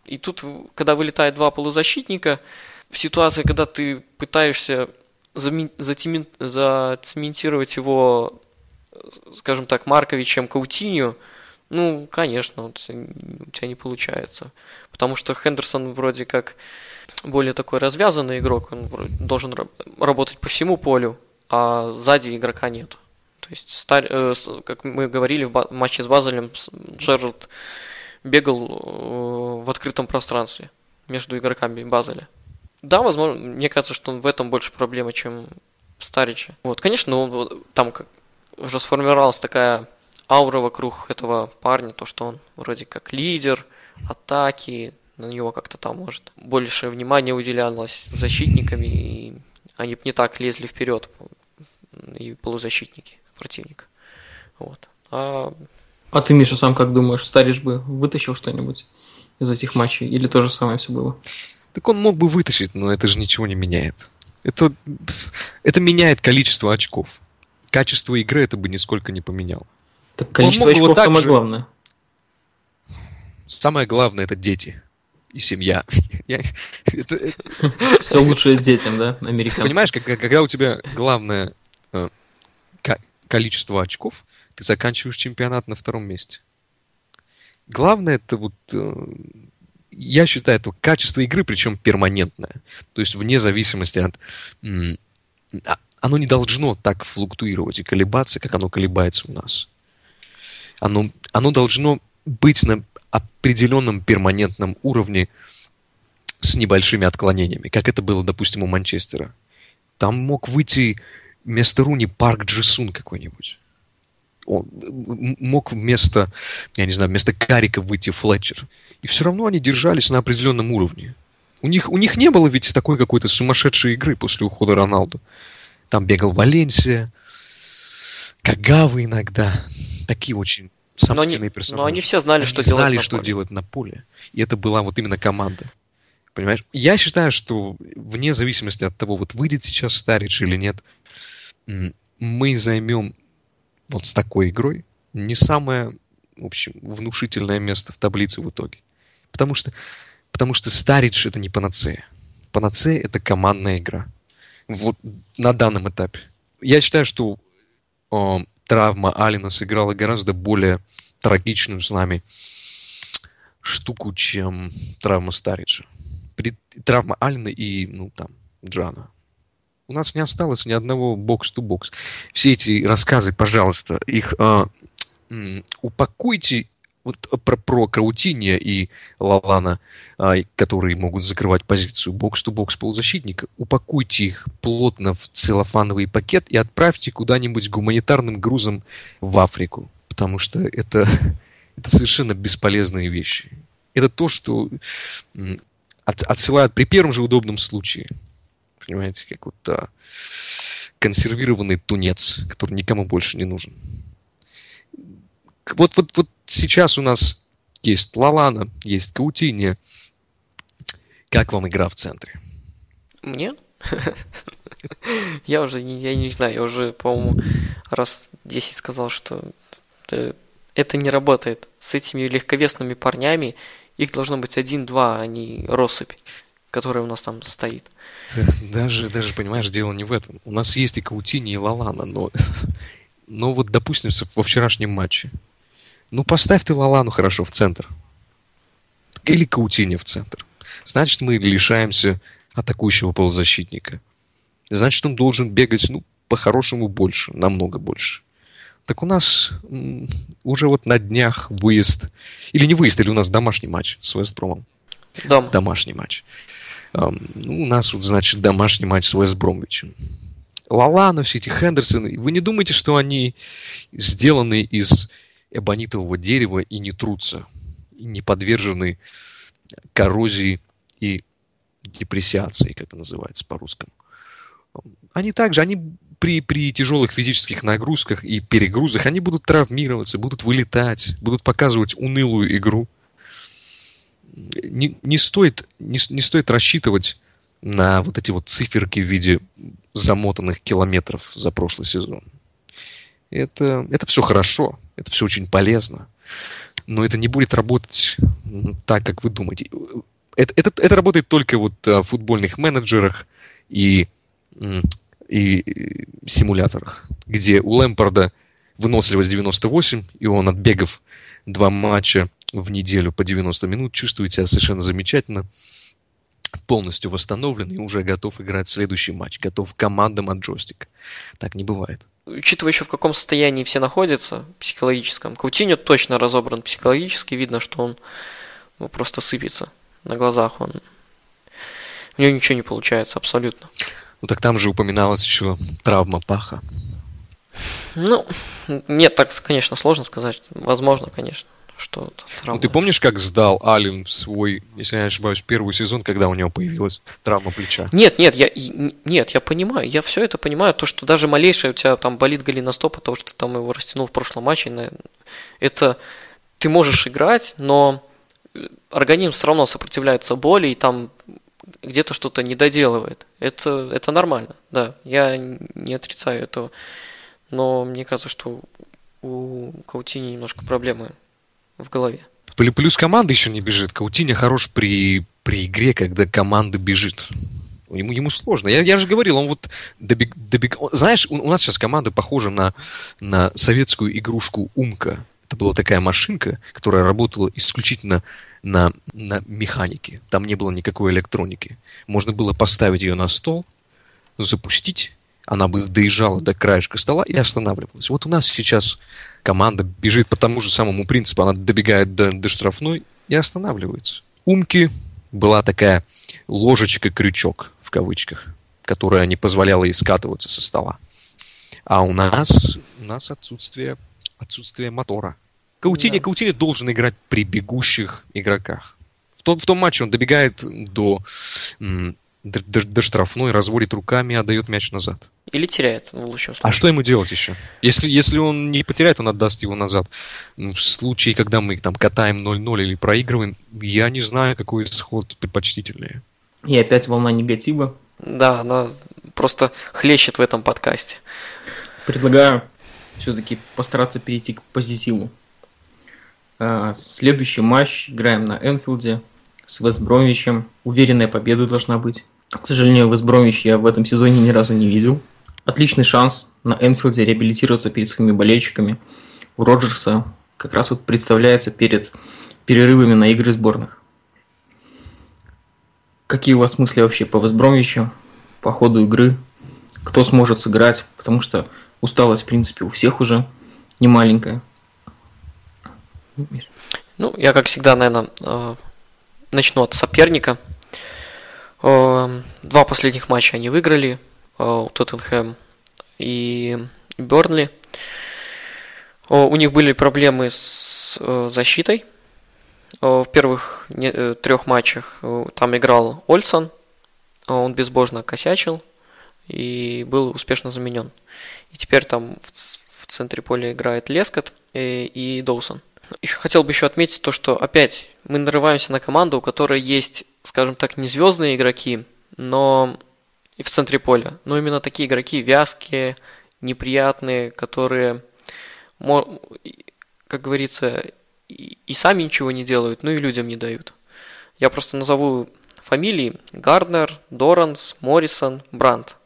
И тут, когда вылетает два полузащитника, в ситуации, когда ты пытаешься зацементировать его, скажем так, Марковичем Каутиньо, ну, конечно, вот, у тебя не получается. Потому что Хендерсон вроде как более такой развязанный игрок, он должен работать по всему полю, а сзади игрока нет. То есть, как мы говорили в матче с Базелем, Джеральд бегал в открытом пространстве между игроками Базеля. Да, возможно, мне кажется, что в этом больше проблема, чем в Стариче. Вот, конечно, там уже сформировалась такая аура вокруг этого парня, то, что он вроде как лидер атаки, на него как-то там, может, больше внимания уделялось защитниками, и они бы не так лезли вперед, и полузащитники противника. Вот. А ты, Миша, сам как думаешь, Старич бы вытащил что-нибудь из этих матчей, или то же самое все было? Так он мог бы вытащить, но это же ничего не меняет. Это меняет количество очков. Качество игры это бы нисколько не поменяло. Так количество очков вот самое главное. Самое главное это дети и семья. Все лучше детям, да, американцам. Понимаешь, когда у тебя главное количество очков, ты заканчиваешь чемпионат на втором месте. Главное это вот, я считаю, это качество игры, причем перманентное. То есть вне зависимости от... Оно не должно так флуктуировать и колебаться, как оно колебается у нас. Оно должно быть на определенном перманентном уровне с небольшими отклонениями, как это было, допустим, у Манчестера. Там мог выйти вместо Руни Парк Джи-Сун какой-нибудь. Он мог вместо Карика выйти Флетчер. И все равно они держались на определенном уровне. У них не было ведь такой какой-то сумасшедшей игры после ухода Роналду. Там бегал Валенсия, Кагава иногда. Такие очень сомнительные персонажи. Но они все знали, что делать на поле. И это была вот именно команда. Понимаешь? Я считаю, что вне зависимости от того, вот выйдет сейчас Старич или нет, мы займем вот с такой игрой не самое, в общем, внушительное место в таблице в итоге. Потому что Старич это не панацея. Панацея это командная игра. Вот на данном этапе. Я считаю, что травма Алина сыграла гораздо более трагичную с нами штуку, чем травма Стариджа. Травма Алина и, Джана. У нас не осталось ни одного бокс-ту-бокс. Все эти рассказы, пожалуйста, их упакуйте вот про Каутиньо и Лалана, которые могут закрывать позицию бокс-ту-бокс полузащитника, упакуйте их плотно в целлофановый пакет и отправьте куда-нибудь гуманитарным грузом в Африку. Потому что это совершенно бесполезные вещи. Это то, что отсылают при первом же удобном случае. Понимаете, как вот консервированный тунец, который никому больше не нужен. Вот сейчас у нас есть Лалана, есть Каутиньо. Как вам игра в центре? Мне? Я не знаю, я уже, по-моему, раз 10 сказал, что это не работает. С этими легковесными парнями их должно быть 1-2, а не россыпь, которая у нас там стоит. Даже, понимаешь, дело не в этом. У нас есть и Каутиньо, и Лалана, но вот, допустим, во вчерашнем матче. Поставь ты Лалану хорошо в центр. Или Каутиньо в центр. Значит, мы лишаемся атакующего полузащитника. Значит, он должен бегать, по-хорошему больше, намного больше. Так у нас уже вот на днях выезд. Или не выезд, или у нас домашний матч с Вестбромом. Домашний матч. У нас вот, значит, домашний матч с Вестбромвичем. Лалана, все эти Хендерсоны. Вы не думаете, что они сделаны из эбонитового дерева и не трутся, и не подвержены коррозии и депрессиации, как это называется по-русски. Они при тяжелых физических нагрузках и перегрузах, они будут травмироваться, будут вылетать, будут показывать унылую игру. Не стоит рассчитывать на вот эти вот циферки в виде замотанных километров за прошлый сезон. Это все хорошо, это все очень полезно. но это не будет работать так, как вы думаете. Это работает только вот в футбольных менеджерах и симуляторах, где у Лэмпарда выносливость 98, и он, отбегав 2 матча в неделю по 90 минут, чувствует себя совершенно замечательно, полностью восстановлен и уже готов играть следующий матч, готов к командам от джойстика. Так не бывает. Учитывая еще, в каком состоянии все находятся, психологическом, Каутиньо точно разобран психологически, видно, что он просто сыпется на глазах, у него ничего не получается абсолютно. Ну так там же упоминалась еще травма паха. Ну, нет, так, конечно, сложно сказать. Возможно, конечно, что травма. Ну, ты помнишь, как сдал Аллен в свой, если я не ошибаюсь, первый сезон, когда у него появилась травма плеча? Нет, я понимаю, я все это понимаю, то, что даже малейшее у тебя там болит голеностоп, потому что ты там его растянул в прошлом матче, это ты можешь играть, но организм все равно сопротивляется боли, и там где-то что-то не доделывает. Это нормально, да, я не отрицаю этого. Но мне кажется, что у Каутиньо немножко проблемы в голове. Плюс команда еще не бежит. Каутиньо хорош при игре, когда команда бежит. Ему сложно. Я же говорил, он вот знаешь, у нас сейчас команда похожа на советскую игрушку «Умка». Это была такая машинка, которая работала исключительно на механике. Там не было никакой электроники. Можно было поставить ее на стол, запустить. Она бы доезжала до краешка стола и останавливалась. Вот у нас сейчас команда бежит по тому же самому принципу. Она добегает до штрафной и останавливается. Умки была такая ложечка-крючок, в кавычках, которая не позволяла ей скатываться со стола. А у нас отсутствие мотора. Каутиньо должен играть при бегущих игроках. В том матче он добегает до штрафной, разводит руками и отдает мяч назад. Или теряет, в лучшем случае. А что ему делать еще? Если он не потеряет, он отдаст его назад. В случае, когда мы там катаем 0-0 или проигрываем, я не знаю, какой исход предпочтительнее. И опять волна негатива. Да, она просто хлещет в этом подкасте. Предлагаю все-таки постараться перейти к позитиву. Следующий матч играем на Энфилде с Вест Бромвичем. Уверенная победа должна быть. К сожалению, Вест Бромвич я в этом сезоне ни разу не видел. Отличный шанс на Энфилде реабилитироваться перед своими болельщиками. У Роджерса как раз вот представляется перед перерывами на игры сборных. Какие у вас мысли вообще по Вест Бромвичу, по ходу игры? Кто сможет сыграть? Потому что усталость, в принципе, у всех уже не маленькая. Ну, я, как всегда, наверное, начну от соперника. 2 последних матча они выиграли. Тоттенхэм и Бернли. У них были проблемы с защитой. В первых 3 матчах там играл Ольсон. Он безбожно косячил и был успешно заменен. И теперь там в центре поля играет Лескотт и Доусон. Еще хотел бы отметить то, что опять мы нарываемся на команду, у которой есть, скажем так, не звездные игроки, но и в центре поля. Но именно такие игроки вязкие, неприятные, которые, как говорится, и сами ничего не делают, но и людям не дают. Я просто назову фамилии: Гарднер, Доранс, Моррисон, Брандт.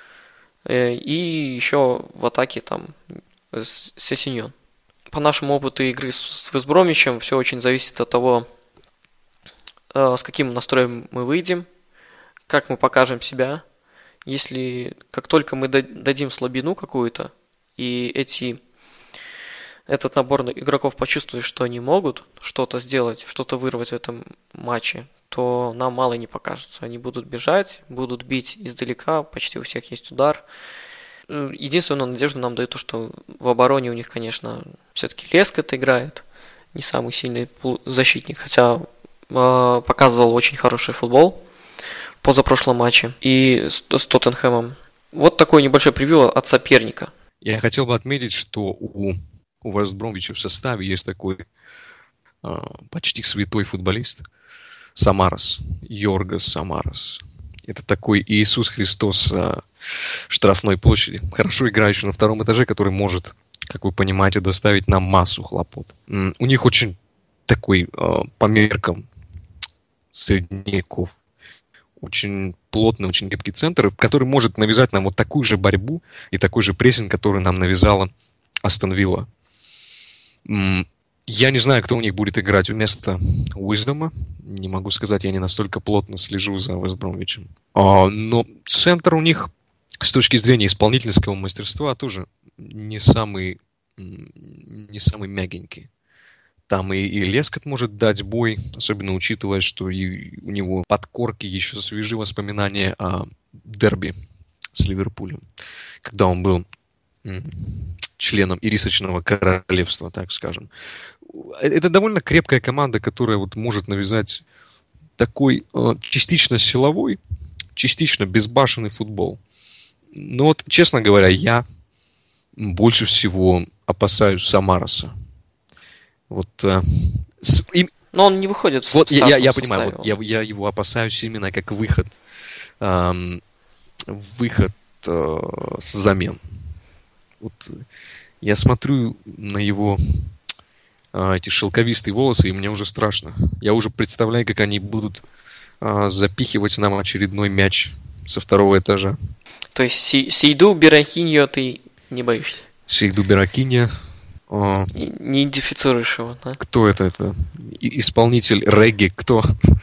И еще в атаке там Сесиньон. По нашему опыту игры с Вест Бромвичем все очень зависит от того, с каким настроем мы выйдем, как мы покажем себя. Если как только мы дадим слабину какую-то, и этот набор игроков почувствует, что они могут что-то сделать, что-то вырвать в этом матче, то нам мало не покажется. Они будут бежать, будут бить издалека, почти у всех есть удар. Единственную надежду нам дает то, что в обороне у них, конечно, все-таки Лескотт играет, не самый сильный защитник, хотя показывал очень хороший футбол в позапрошлом матче и с Тоттенхэмом. Вот такой небольшой превью от соперника. Я хотел бы отметить, что у Вест Бромвича в составе есть такой почти святой футболист Самарас, Йоргас Самарас. Это такой Иисус Христос штрафной площади, хорошо играющий на 2-м этаже, который может, как вы понимаете, доставить нам массу хлопот. У них очень такой по меркам средняков очень плотный, очень гибкий центр, который может навязать нам вот такую же борьбу и такой же прессинг, который нам навязала Астон Вилла. Я не знаю, кто у них будет играть вместо Уиздома. Не могу сказать, я не настолько плотно слежу за Вест Бромвичем. Но центр у них с точки зрения исполнительского мастерства тоже не самый мягенький. Там и Лескот может дать бой, особенно учитывая, что и у него под корки еще свежи воспоминания о дерби с Ливерпулем, когда он был членом Ирисочного королевства, так скажем. Это довольно крепкая команда, которая вот может навязать такой частично силовой, частично безбашенный футбол. Но вот, честно говоря, я больше всего опасаюсь Самароса. Вот, но он не выходит в вот я составе. понимаю, вот я его опасаюсь именно как выход с замен. Вот я смотрю на его эти шелковистые волосы, и мне уже страшно. Я уже представляю, как они будут запихивать нам очередной мяч со второго этажа. То есть Сейду Берахиньо ты не боишься? Сейду Берахиньо. Не идентифицируешь его, да? Кто это? Это исполнитель регги, кто?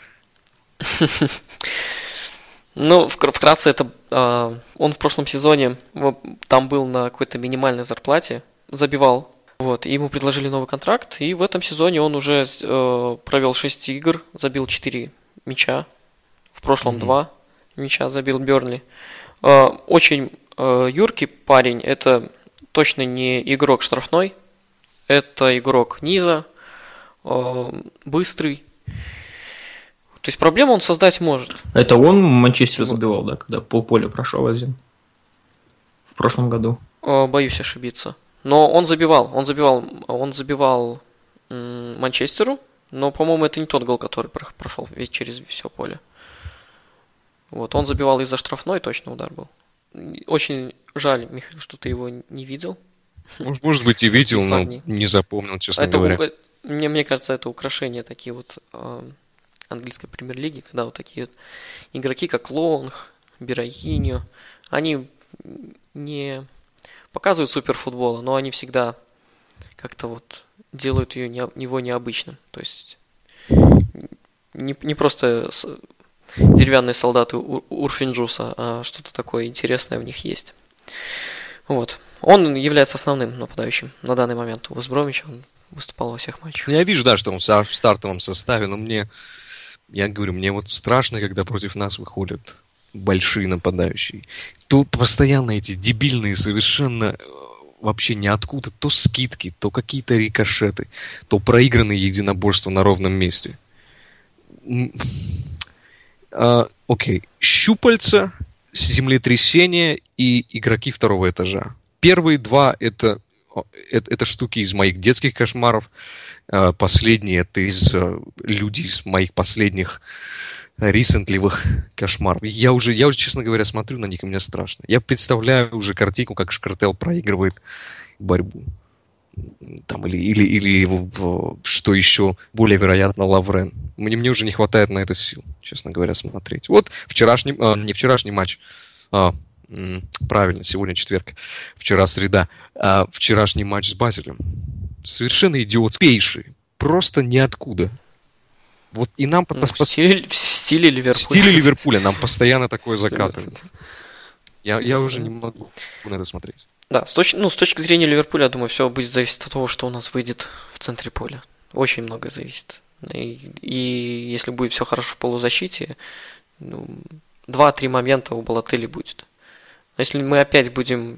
Ну, вкратце, это он в прошлом сезоне там был на какой-то минимальной зарплате, забивал. Вот, и ему предложили новый контракт, и в этом сезоне он уже провел 6 игр, забил 4 мяча. В прошлом 2 мяча забил Бернли. Очень юркий парень, это точно не игрок штрафной, это игрок низа, быстрый. То есть проблему он создать может. Это он Манчестер забивал, да, когда полполя прошел один в прошлом году? Боюсь ошибиться. Но он забивал Манчестеру, но, по-моему, это не тот гол, который прошел ведь через все поле. Вот, он забивал из-за штрафной, точно удар был. Очень жаль, Михаил, что ты его не видел. Может быть, и видел, но не запомнил, честно говоря. Мне кажется, это украшения такие вот английской премьер-лиги, когда вот такие вот игроки, как Лонг, Берахиньо, они не показывают суперфутбола, но они всегда как-то вот делают его необычным. То есть не просто деревянные солдаты Урфинджуса, а что-то такое интересное в них есть. Вот. Он является основным нападающим на данный момент у Вест Бромвича. Он выступал во всех матчах. Я вижу, да, что он в стартовом составе, но мне вот страшно, когда против нас выходят большие нападающие. То постоянно эти дебильные совершенно вообще ниоткуда, то скидки, то какие-то рикошеты, то проигранные единоборства на ровном месте. Окей. Щупальца, землетрясение и игроки второго этажа. Первые два это штуки из моих детских кошмаров. Последние это из людей из моих последних ресентливых кошмаров. Я уже, честно говоря, смотрю на них, и мне страшно. Я представляю уже картинку, как Шкартел проигрывает борьбу. Там, или что еще более вероятно, Лаврен. Мне уже не хватает на это сил, честно говоря, смотреть. Вот не вчерашний матч. Правильно, сегодня четверг. Вчера среда. Вчерашний матч с Базелем. Совершенно идиотский. Просто ниоткуда. Вот и нам в стиле Ливерпуля. В стиле Ливерпуля нам постоянно такое закатывают. Я уже не могу на это смотреть. Да, с точки зрения Ливерпуля, я думаю, все будет зависеть от того, что у нас выйдет в центре поля. Очень многое зависит. И если будет все хорошо в полузащите, 2-3 момента у Балотелли будет. Но если мы опять будем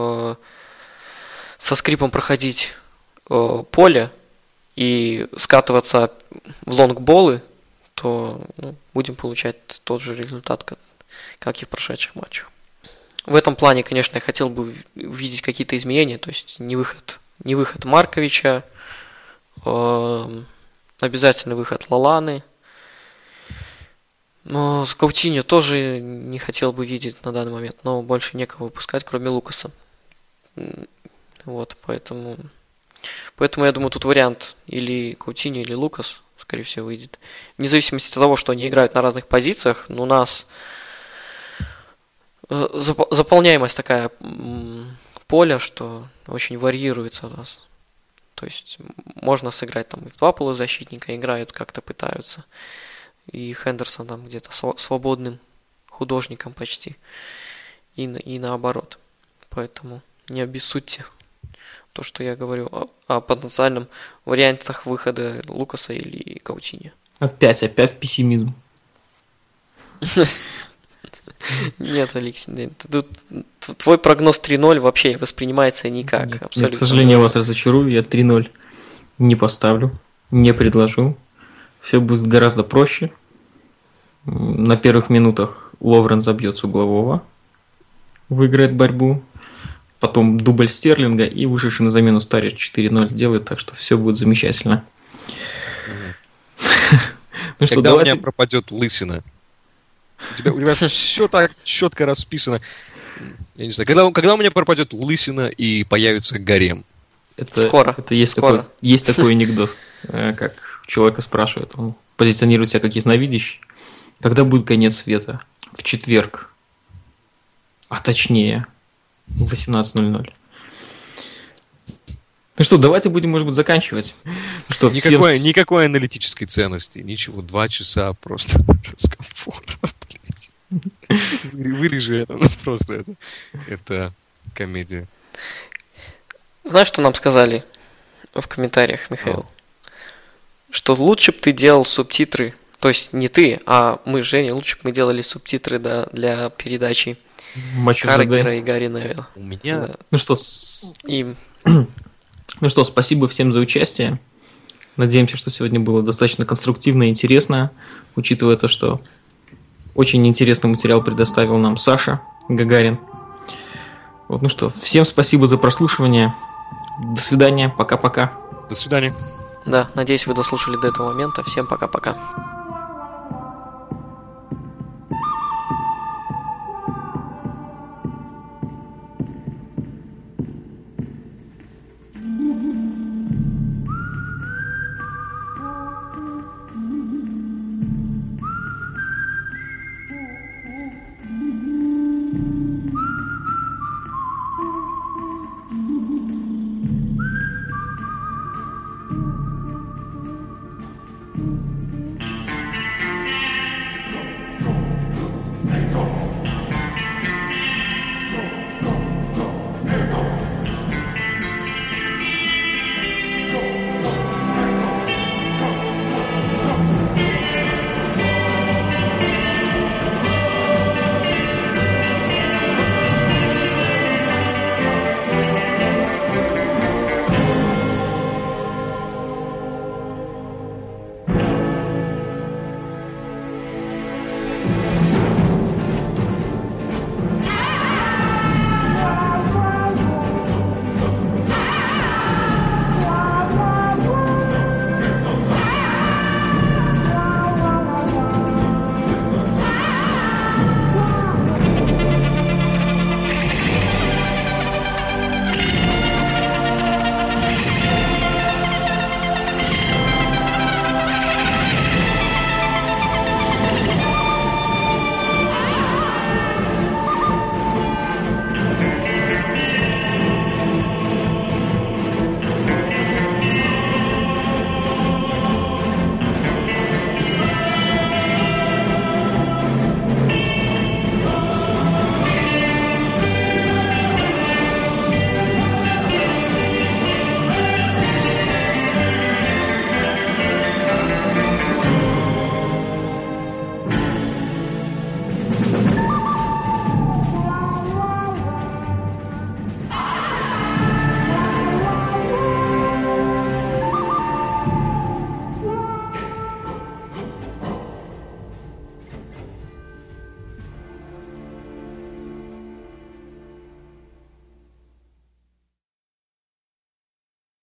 со скрипом проходить поле и скатываться в лонгболы, то будем получать тот же результат, как и в прошедших матчах. В этом плане, конечно, я хотел бы увидеть какие-то изменения, то есть не выход Марковича, обязательный выход Лаланы. Но с Каутиньо тоже не хотел бы видеть на данный момент, но больше некого выпускать, кроме Лукаса. Вот, поэтому Поэтому я думаю, тут вариант или Каутиньо, или Лукас, скорее всего, выйдет. Вне зависимости от того, что они играют на разных позициях, но у нас заполняемость такая поля, что очень варьируется у нас. То есть можно сыграть там и в два полузащитника, играют как-то пытаются. И Хендерсон там где-то свободным художником почти. И наоборот. Поэтому не обессудьте то, что я говорю о потенциальном вариантах выхода Лукаса или Каутиньо. Опять пессимизм. Нет, Алексей, твой прогноз 3-0 вообще воспринимается никак. Нет, абсолютно. к сожалению, я вас разочарую. Я 3-0 не поставлю, не предложу. Все будет гораздо проще. На первых минутах Ловрен забьет с углового, выиграет борьбу. Потом дубль Стерлинга и вышедший на замену Старич 4-0 сделает, так что все будет замечательно. Ну что, когда у меня пропадет лысина? У тебя все так четко расписано. Я не знаю, когда у меня пропадет лысина и появится гарем? Скоро. Это есть такой анекдот, как человека спрашивают, он позиционирует себя как ясновидящий. Когда будет конец света? В четверг. А точнее, в 18:00. Ну что, давайте будем, может быть, заканчивать. Что, никакой аналитической ценности, ничего, 2 часа просто разговора. Вырежи это, просто это комедия. Знаешь, что нам сказали в комментариях, Михаил? Что лучше бы ты делал субтитры, то есть не ты, а мы с Женей, лучше бы мы делали субтитры для передачи Каррагера и Гарри Невилла. У меня... Да. Ну что, спасибо всем за участие. Надеемся, что сегодня было достаточно конструктивно и интересно, учитывая то, что очень интересный материал предоставил нам Саша Гагарин. Вот, ну что, всем спасибо за прослушивание. До свидания, пока-пока. До свидания. Да, надеюсь, вы дослушали до этого момента. Всем пока-пока.